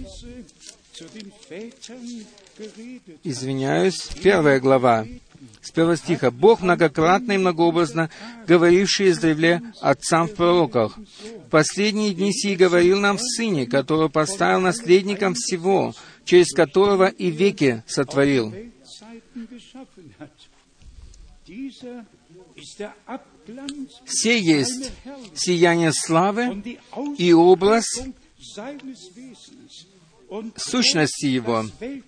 A: извиняюсь, первая глава, с первого стиха. «Бог многократно и многообразно, говоривший издревле отцам в пророках, в последние дни сии говорил нам в Сыне, которого поставил наследником всего, через которого и веки сотворил». «Се есть сияние славы и образ сущности Его,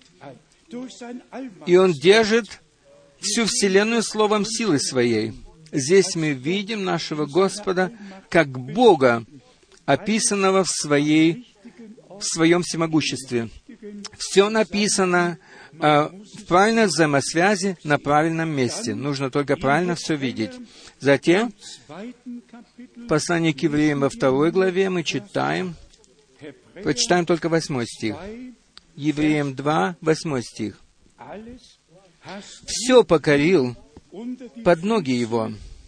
A: и Он держит всю вселенную словом силы Своей». Здесь мы видим нашего Господа как Бога, описанного в, своей, в Своем всемогуществе. Все написано э, в правильной взаимосвязи, на правильном месте. Нужно только правильно все видеть. Затем, в послании к евреям во второй главе мы читаем, прочитаем только восьмой стих. Евреям два, восьмой стих. «Все покорил под ноги Его».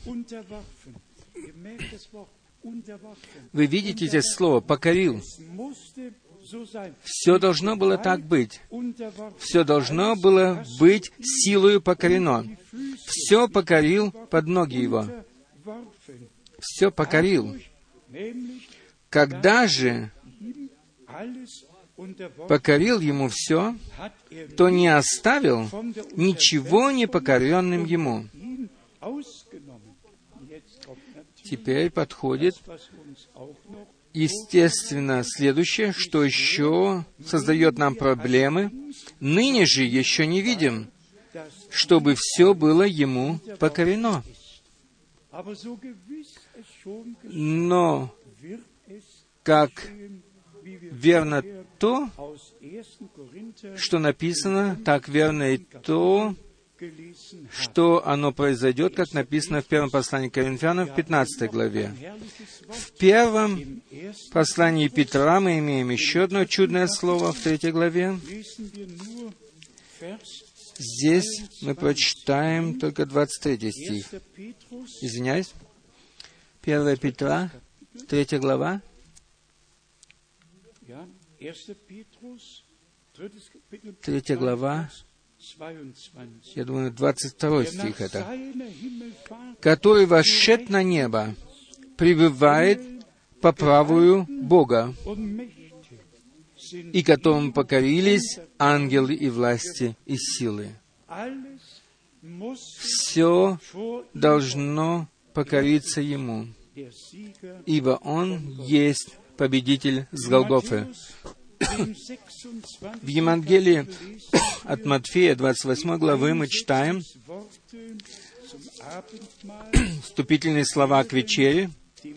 A: Вы видите здесь слово «покорил». Все должно было так быть. Все должно было быть силою покорено. Все покорил под ноги Его. Все покорил. Когда же покорил Ему все, то не оставил ничего непокоренным Ему. Теперь подходит, естественно, следующее, что еще создает нам проблемы. «Ныне же еще не видим, чтобы все было Ему покорено». Но как верно то, что написано, так верно и то, что оно произойдет, как написано в первом послании к Коринфянам в пятнадцатой главе. В первом послании Петра мы имеем еще одно чудное слово в третьей главе. Здесь мы прочитаем только двадцать третий стих. Извиняюсь. первое Петра, третья глава. Третья глава, я думаю, двадцать второй стих это. «Который вошед на небо, пребывает по правую Бога, и которому покорились ангелы и власти и силы». Все должно покориться Ему, ибо Он есть победитель с Голгофы. В Евангелии от Матфея, двадцать восьмой главы, мы читаем вступительные слова к вечере,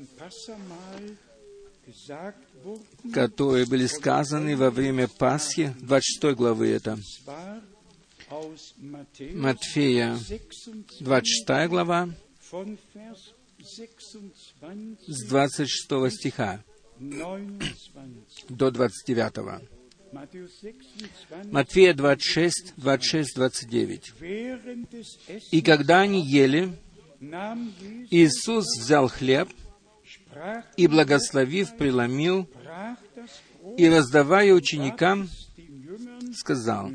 A: которые были сказаны во время Пасхи, двадцать шестой главы это. Матфея, двадцать шестая глава, с двадцать шестого стиха до двадцать девятого. Матфея двадцать шесть, двадцать шесть, двадцать девять. «И когда они ели, Иисус взял хлеб и, благословив, преломил, и, раздавая ученикам, сказал: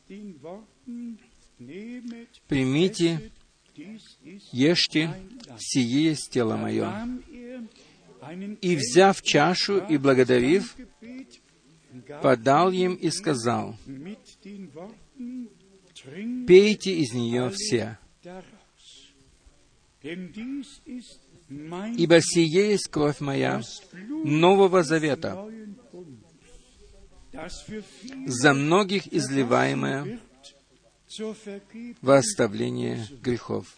A: примите, ешьте, сие есть тело мое. И, взяв чашу и благодарив, подал им и сказал: пейте из нее все, ибо сие есть кровь моя Нового Завета, за многих изливаемая во оставление грехов».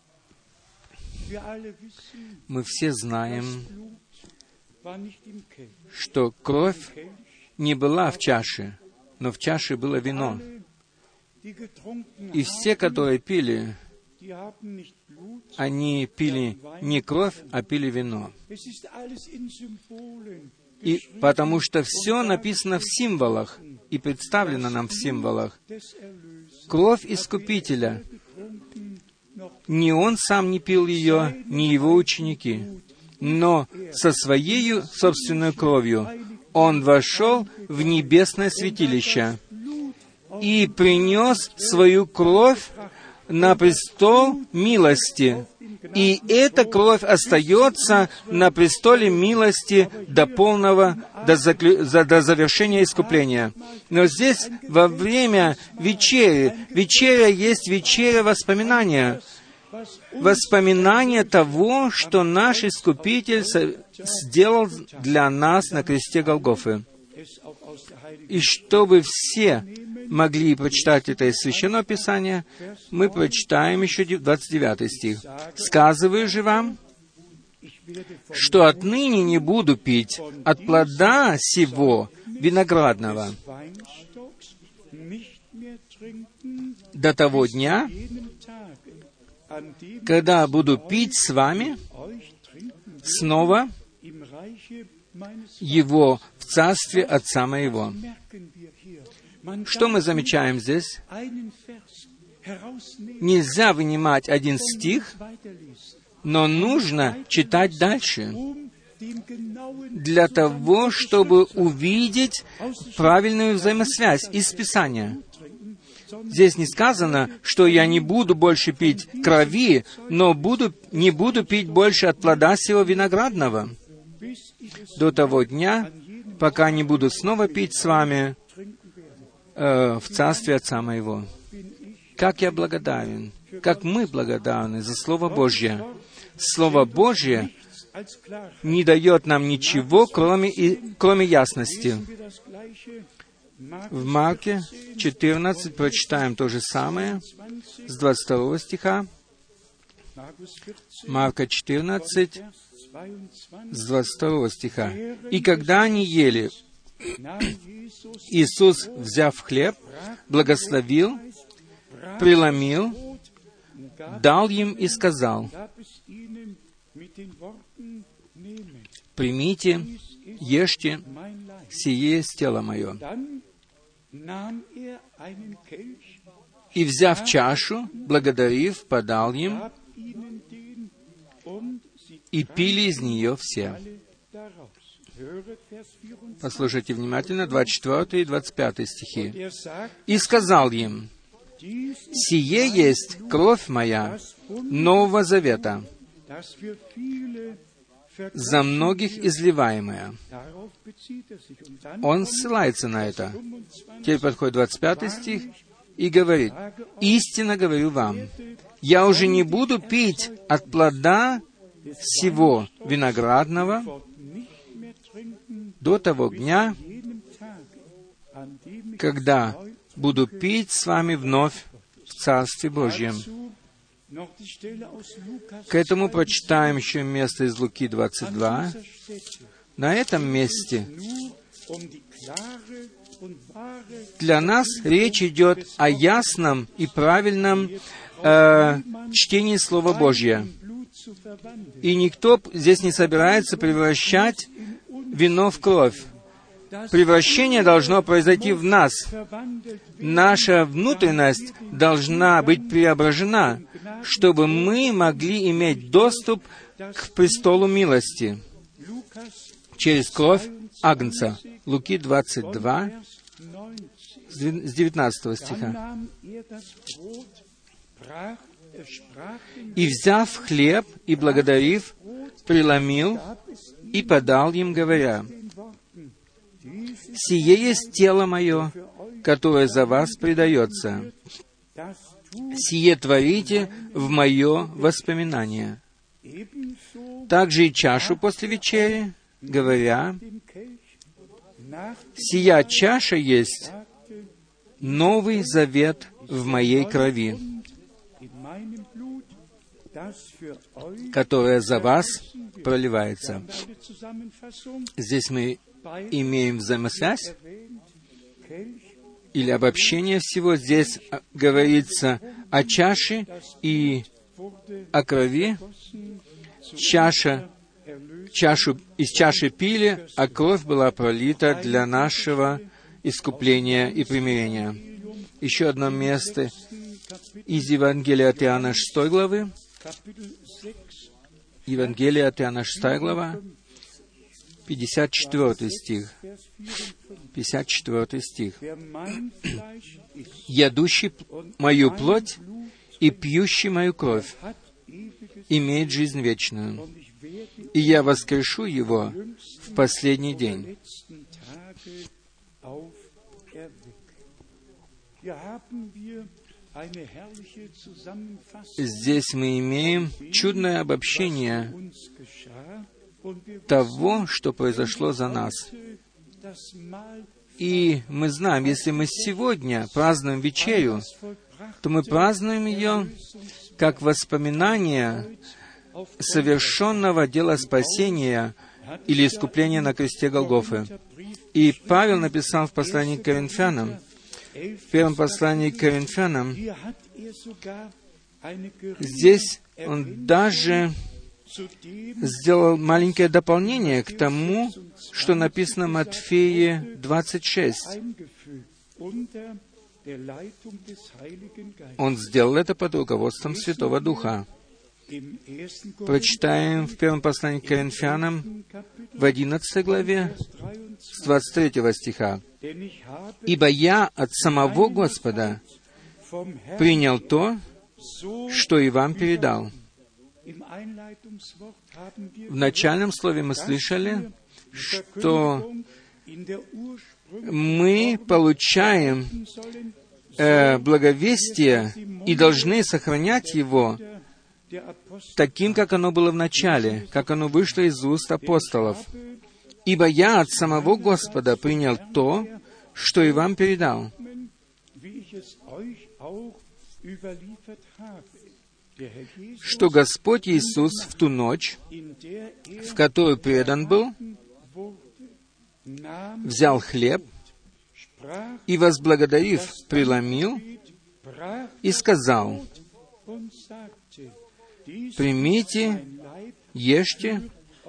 A: Мы все знаем, что кровь не была в чаше, но в чаше было вино. И все, которые пили, они пили не кровь, а пили вино. И потому что все написано в символах и представлено нам в символах. Кровь Искупителя. Ни он сам не пил ее, ни его ученики. Но со своей собственной кровью он вошел в небесное святилище и принес свою кровь на престол милости. И эта кровь остается на престоле милости до полного, до, заклю... до завершения искупления. Но здесь, во время вечери, вечеря есть вечеря воспоминания. Воспоминание того, что наш Искупитель сделал для нас на кресте Голгофы. И чтобы все могли прочитать это из Священного Писания, мы прочитаем еще двадцать девятый стих. «Сказываю же вам, что отныне не буду пить от плода сего виноградного до того дня, когда буду пить с вами снова его в царстве Отца моего». Что мы замечаем здесь? Нельзя вынимать один стих, но нужно читать дальше, для того, чтобы увидеть правильную взаимосвязь из Писания. Здесь не сказано, что я не буду больше пить крови, но буду, не буду пить больше от плода сего виноградного до того дня, пока не буду снова пить с вами э, в царстве Отца моего. Как я благодарен, как мы благодарны за Слово Божье. Слово Божье не дает нам ничего, кроме, и, кроме ясности. В Марке четырнадцать прочитаем то же самое, с двадцать второго стиха. Марка четырнадцать, с двадцать второго стиха. «И когда они ели, Иисус, взяв хлеб, благословил, преломил, дал им и сказал: примите, ешьте, сие есть тело мое. И, взяв чашу, благодарив, подал им, и пили из нее все». Послушайте внимательно, двадцать четвёртый и двадцать пятый стихи. «И сказал им: сие есть кровь моя Нового Завета, за многих изливаемая». Он ссылается на это. Теперь подходит двадцать пятый стих и говорит: «Истинно говорю вам, я уже не буду пить от плода сего виноградного до того дня, когда буду пить с вами вновь в Царстве Божьем». К этому прочитаем еще место из Луки двадцать два. На этом месте для нас речь идет о ясном и правильном э, чтении Слова Божьего. И никто здесь не собирается превращать вино в кровь. Превращение должно произойти в нас. Наша внутренность должна быть преображена, чтобы мы могли иметь доступ к престолу милости через кровь Агнца. Луки двадцать два, с девятнадцатого стиха. «И, взяв хлеб и благодарив, преломил и подал им, говоря: сие есть тело мое, которое за вас предается. Сие творите в мое воспоминание». Также и чашу после вечери, говоря: сия чаша есть Новый Завет в моей крови, которая за вас проливается. Здесь мы имеем взаимосвязь. или обобщение всего, здесь говорится о чаше и о крови. Чаша, чашу, из чаши пили, а кровь была пролита для нашего искупления и примирения. Еще одно место из Евангелия от Иоанна шестой главы. Евангелие от Иоанна шестая глава, пятьдесят четвёртый стих. пятьдесят четвёртый стих. «Ядущий мою плоть и пьющий мою кровь имеет жизнь вечную, и я воскрешу его в последний день». Здесь мы имеем чудное обобщение того, что произошло за нас. И мы знаем, если мы сегодня празднуем вечерю, то мы празднуем ее как воспоминание совершенного дела спасения или искупления на кресте Голгофы. И Павел написал в послании к Коринфянам, в первом послании к Коринфянам, здесь он даже сделал маленькое дополнение к тому, что написано в Матфея двадцать шесть. Он сделал это под руководством Святого Духа. Прочитаем в первом послании к Коринфянам в одиннадцатой главе с двадцать третьего стиха. «Ибо я от самого Господа принял то, что и вам передал». В начальном слове мы слышали, что мы получаем э, благовестие и должны сохранять его таким, как оно было в начале, как оно вышло из уст апостолов. «Ибо я от самого Господа принял то, что и вам передал». Что Господь Иисус в ту ночь, в которую предан был, взял хлеб и, возблагодарив, преломил и сказал: «Примите, ешьте,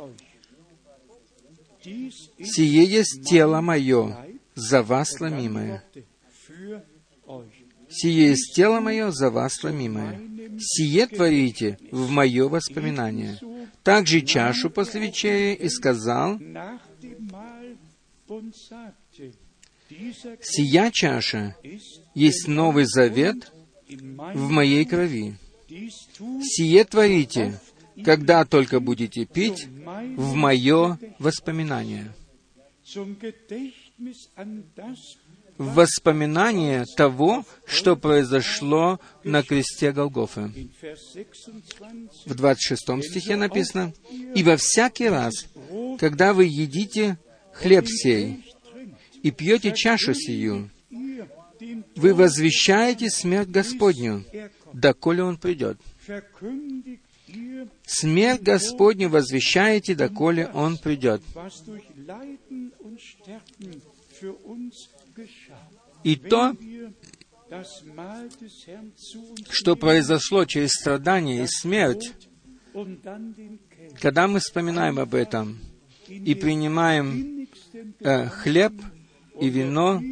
A: сие есть тело мое, за вас ломимое. Сие есть тело мое, за вас ломимое. Сие творите в мое воспоминание». Также чашу после вечери и сказал: «Сия чаша есть Новый Завет в моей крови. Сие творите, когда только будете пить, в мое воспоминание». В воспоминание того, что произошло на кресте Голгофы. В двадцать шестом стихе написано: «Ибо всякий раз, когда вы едите хлеб сей и пьете чашу сию, вы возвещаете смерть Господню, доколе Он придет». Смерть Господню возвещаете, доколе Он придет. И то, что произошло через страдания и смерть, когда мы вспоминаем об этом и принимаем э, хлеб и вино,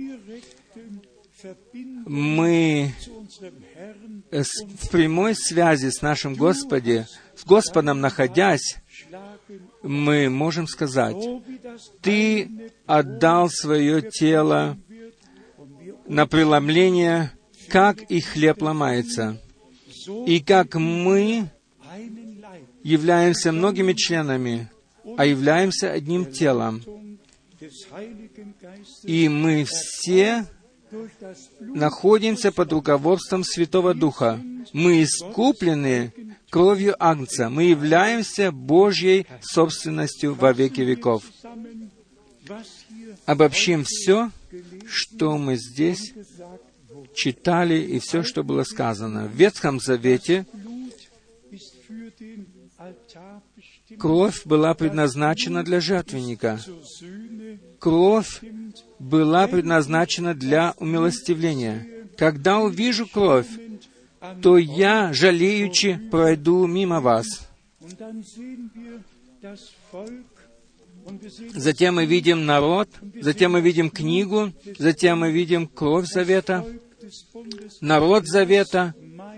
A: мы э, в прямой связи с нашим Господом, с Господом находясь, мы можем сказать: «Ты отдал свое тело на преломление, как и хлеб ломается, и как мы являемся многими членами, а являемся одним телом, и мы все находимся под руководством Святого Духа. Мы искуплены кровью Агнца. Мы являемся Божьей собственностью во веки веков». Обобщим все, что мы здесь читали, и все, что было сказано. В Ветхом Завете кровь была предназначена для жертвенника. Кровь была предназначена для умилостивления. Когда увижу кровь, то я, жалеючи, пройду мимо вас». Затем мы видим народ, затем мы видим книгу, затем мы видим кровь завета, народ завета.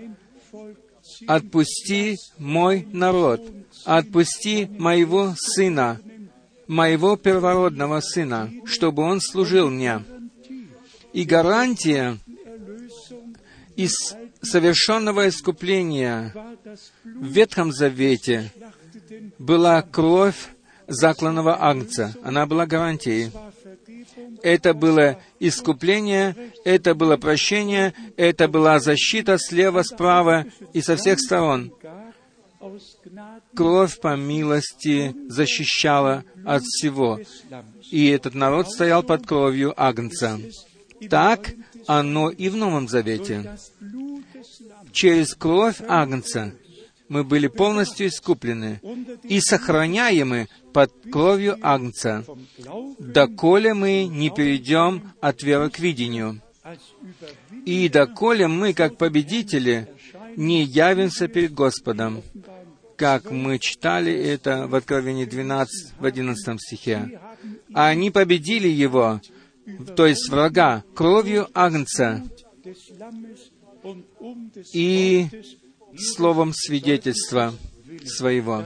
A: «Отпусти мой народ, отпусти моего сына, моего первородного сына, чтобы он служил мне». И гарантия из совершенного искупления в Ветхом Завете была кровь закланного агнца. Она была гарантией. Это было искупление, это было прощение, это была защита слева, справа и со всех сторон. Кровь по милости защищала от всего. И этот народ стоял под кровью агнца. Так оно и в Новом Завете. Через кровь агнца мы были полностью искуплены и сохраняемы под кровью агнца, доколе мы не перейдем от веры к видению, и доколе мы, как победители, не явимся перед Господом, как мы читали это в Откровении двенадцать, в одиннадцатом стихе. А они победили его, то есть врага, кровью агнца и словом свидетельства своего.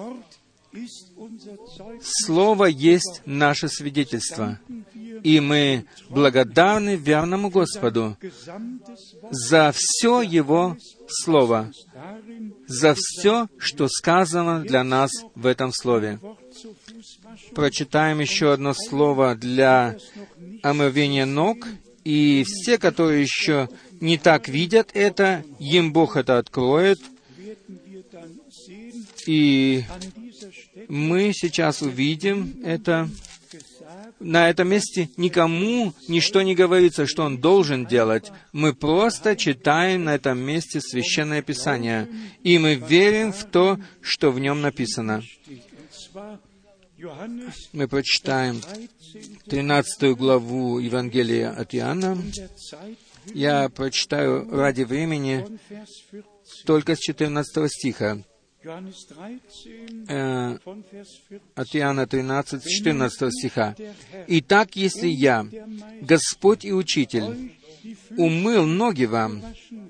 A: Слово есть наше свидетельство, и мы благодарны верному Господу за все Его Слово, за все, что сказано для нас в этом Слове. Прочитаем еще одно слово для омывения ног, и все, которые еще не так видят это, им Бог это откроет, и мы сейчас увидим это. На этом месте никому ничто не говорится, что он должен делать. Мы просто читаем на этом месте Священное Писание, и мы верим в то, что в нем написано. Мы прочитаем тринадцатую главу Евангелия от Иоанна. Я прочитаю ради времени только с четырнадцатого стиха. Э, от Иоанна тринадцать, четырнадцатого стиха. «Итак, если я, Господь и Учитель, умыл ноги вам,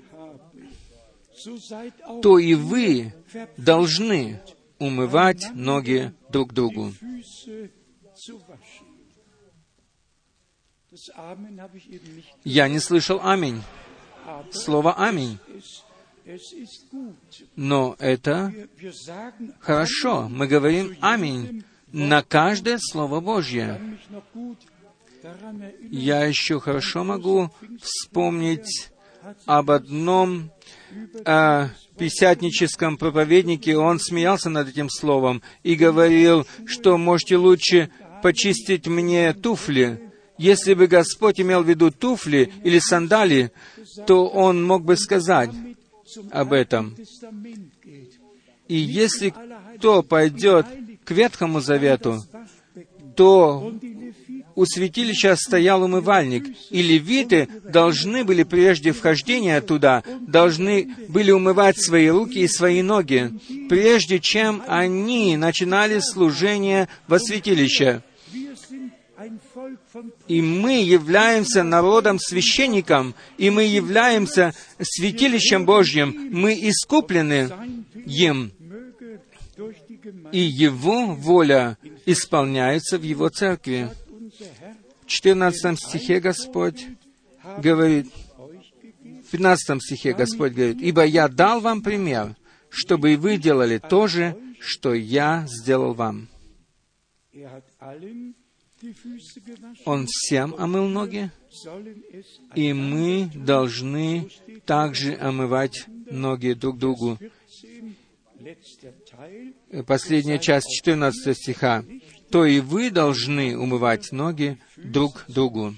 A: то и вы должны умывать ноги друг другу». Я не слышал «Аминь». Слово «Аминь». Но это хорошо. Мы говорим «Аминь» на каждое Слово Божье. Я еще хорошо могу вспомнить об одном э, пятидесятническом проповеднике. Он смеялся над этим словом и говорил, что можете лучше почистить мне туфли. Если бы Господь имел в виду туфли или сандали, то Он мог бы сказать об этом. И если кто пойдет к Ветхому Завету, то у святилища стоял умывальник, и левиты должны были прежде вхождения туда, должны были умывать свои руки и свои ноги, прежде чем они начинали служение во святилище. И мы являемся народом-священником, и мы являемся святилищем Божьим, мы искуплены им, и Его воля исполняется в Его церкви. В четырнадцатом стихе Господь говорит, в пятнадцатом стихе Господь говорит, «Ибо я дал вам пример, чтобы и вы делали то же, что я сделал вам». Он всем омыл ноги, и мы должны также омывать ноги друг другу. Последняя часть четырнадцатого стиха. «То и вы должны умывать ноги друг другу».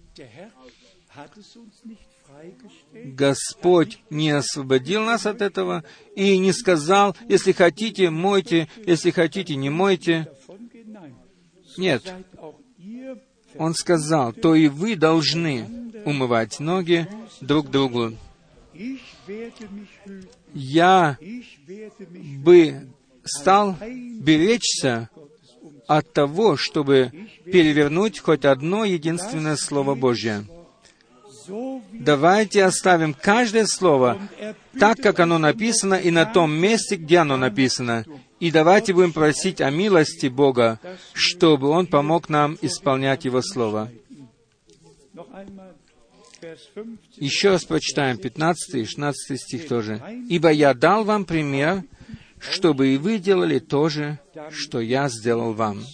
A: Господь не освободил нас от этого и не сказал, если хотите, мойте, если хотите, не мойте. Нет. Он сказал, то и вы должны умывать ноги друг другу. Я бы стал беречься от того, чтобы перевернуть хоть одно единственное Слово Божье. Давайте оставим каждое слово так, как оно написано, и на том месте, где оно написано. И давайте будем просить о милости Бога, чтобы Он помог нам исполнять Его Слово. Еще раз прочитаем пятнадцатый и шестнадцатый стих тоже. «Ибо я дал вам пример, чтобы и вы делали то же, что я сделал вам».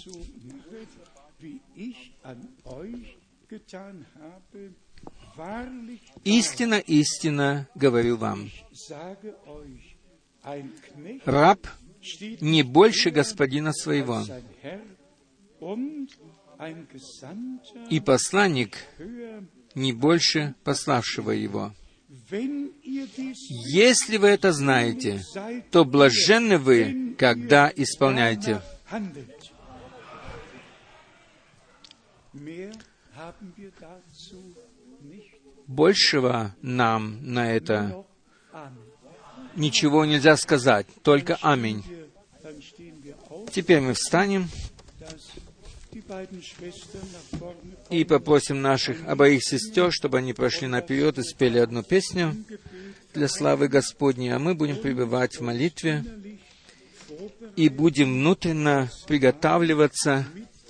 A: «Истинно, истинно говорю вам, раб не больше господина своего, и посланник не больше пославшего его. Если вы это знаете, то блаженны вы, когда исполняете». Большего нам на это ничего нельзя сказать, только аминь. Теперь мы встанем и попросим наших обоих сестер, чтобы они прошли наперед и спели одну песню для славы Господней, а мы будем пребывать в молитве и будем внутренно приготавливаться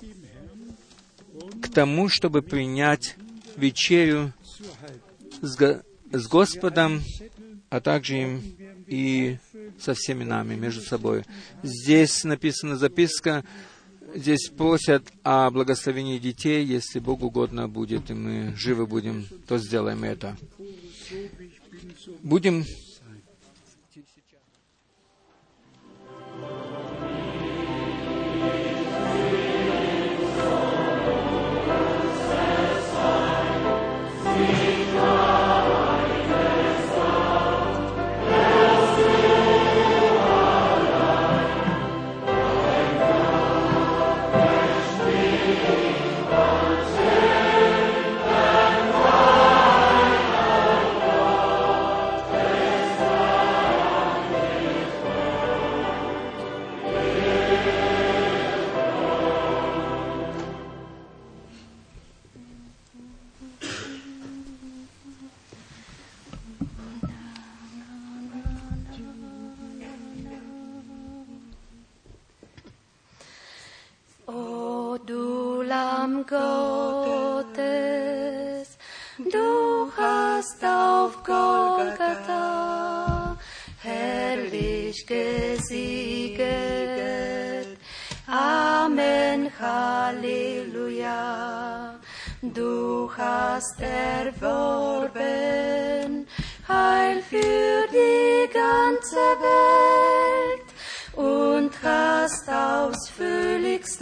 A: к тому, чтобы принять вечерю с, Го- с Господом, а также им и со всеми нами, между собой. Здесь написана записка, здесь просят о благословении детей. Если Богу угодно будет, и мы живы будем, то сделаем это. Будем...
C: Gottes, du hast auf Golgatha herrlich gesieget. Amen, Halleluja. Du hast erworben Heil für die ganze Welt und hast ausführlichste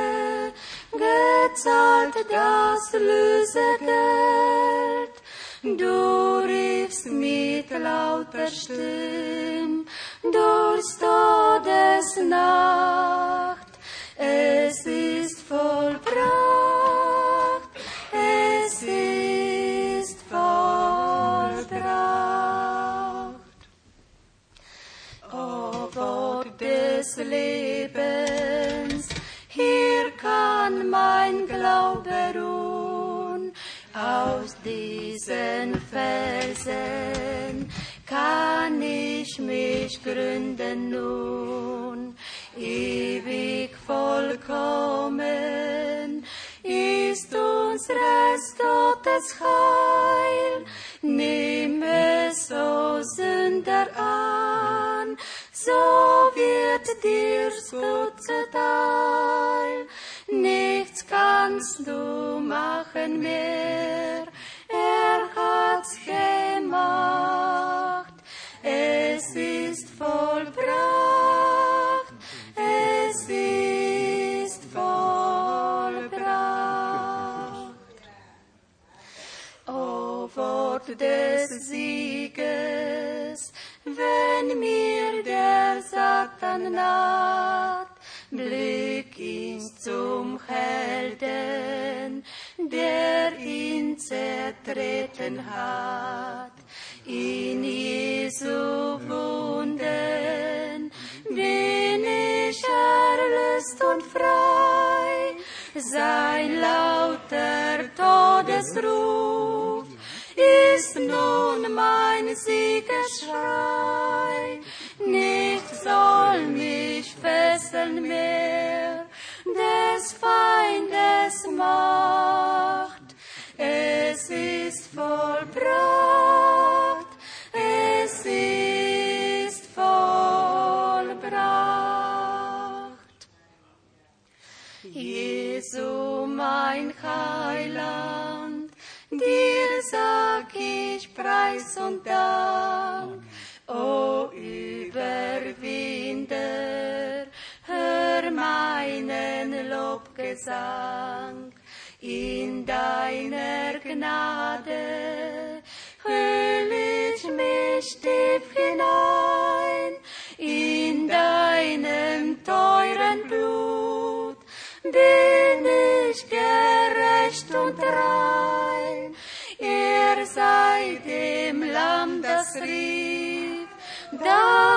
C: gezahlt das Lösegeld. Du riefst mit lauter Stimm durchs Todesnacht. Es ist vollbracht, es ist vollbracht. O Gott des Lebens, hier kann mein Glaube ruhen, aus diesen Felsen kann ich mich gründen nun. Ewig vollkommen ist unseres Gottes Heil. Nimm es, o Sünder, an, so wird dir's gut zuteil. Nichts kannst du machen mehr, er hat's gemacht. Es ist vollbracht, es ist vollbracht. O Wort des Sieges, wenn mir der Satan naht, blick ihn zum Helden, der ihn zertreten hat. In Jesu Wunden bin ich erlöst und frei. Sein lauter Todesruf ist nun mein Siegesschrei. Nichts soll mich fesseln mehr, des Feindes Macht. Es ist vollbracht, es ist vollbracht. Jesu, mein Heiland, dir sag ich Preis und Dank. O Überwinder, hör meinen Lobgesang. In deiner Gnade hüll ich mich tief hinein. In deinem teuren Blut bin ich gerecht und rein. Ihr seid dem Lamm, das rief, da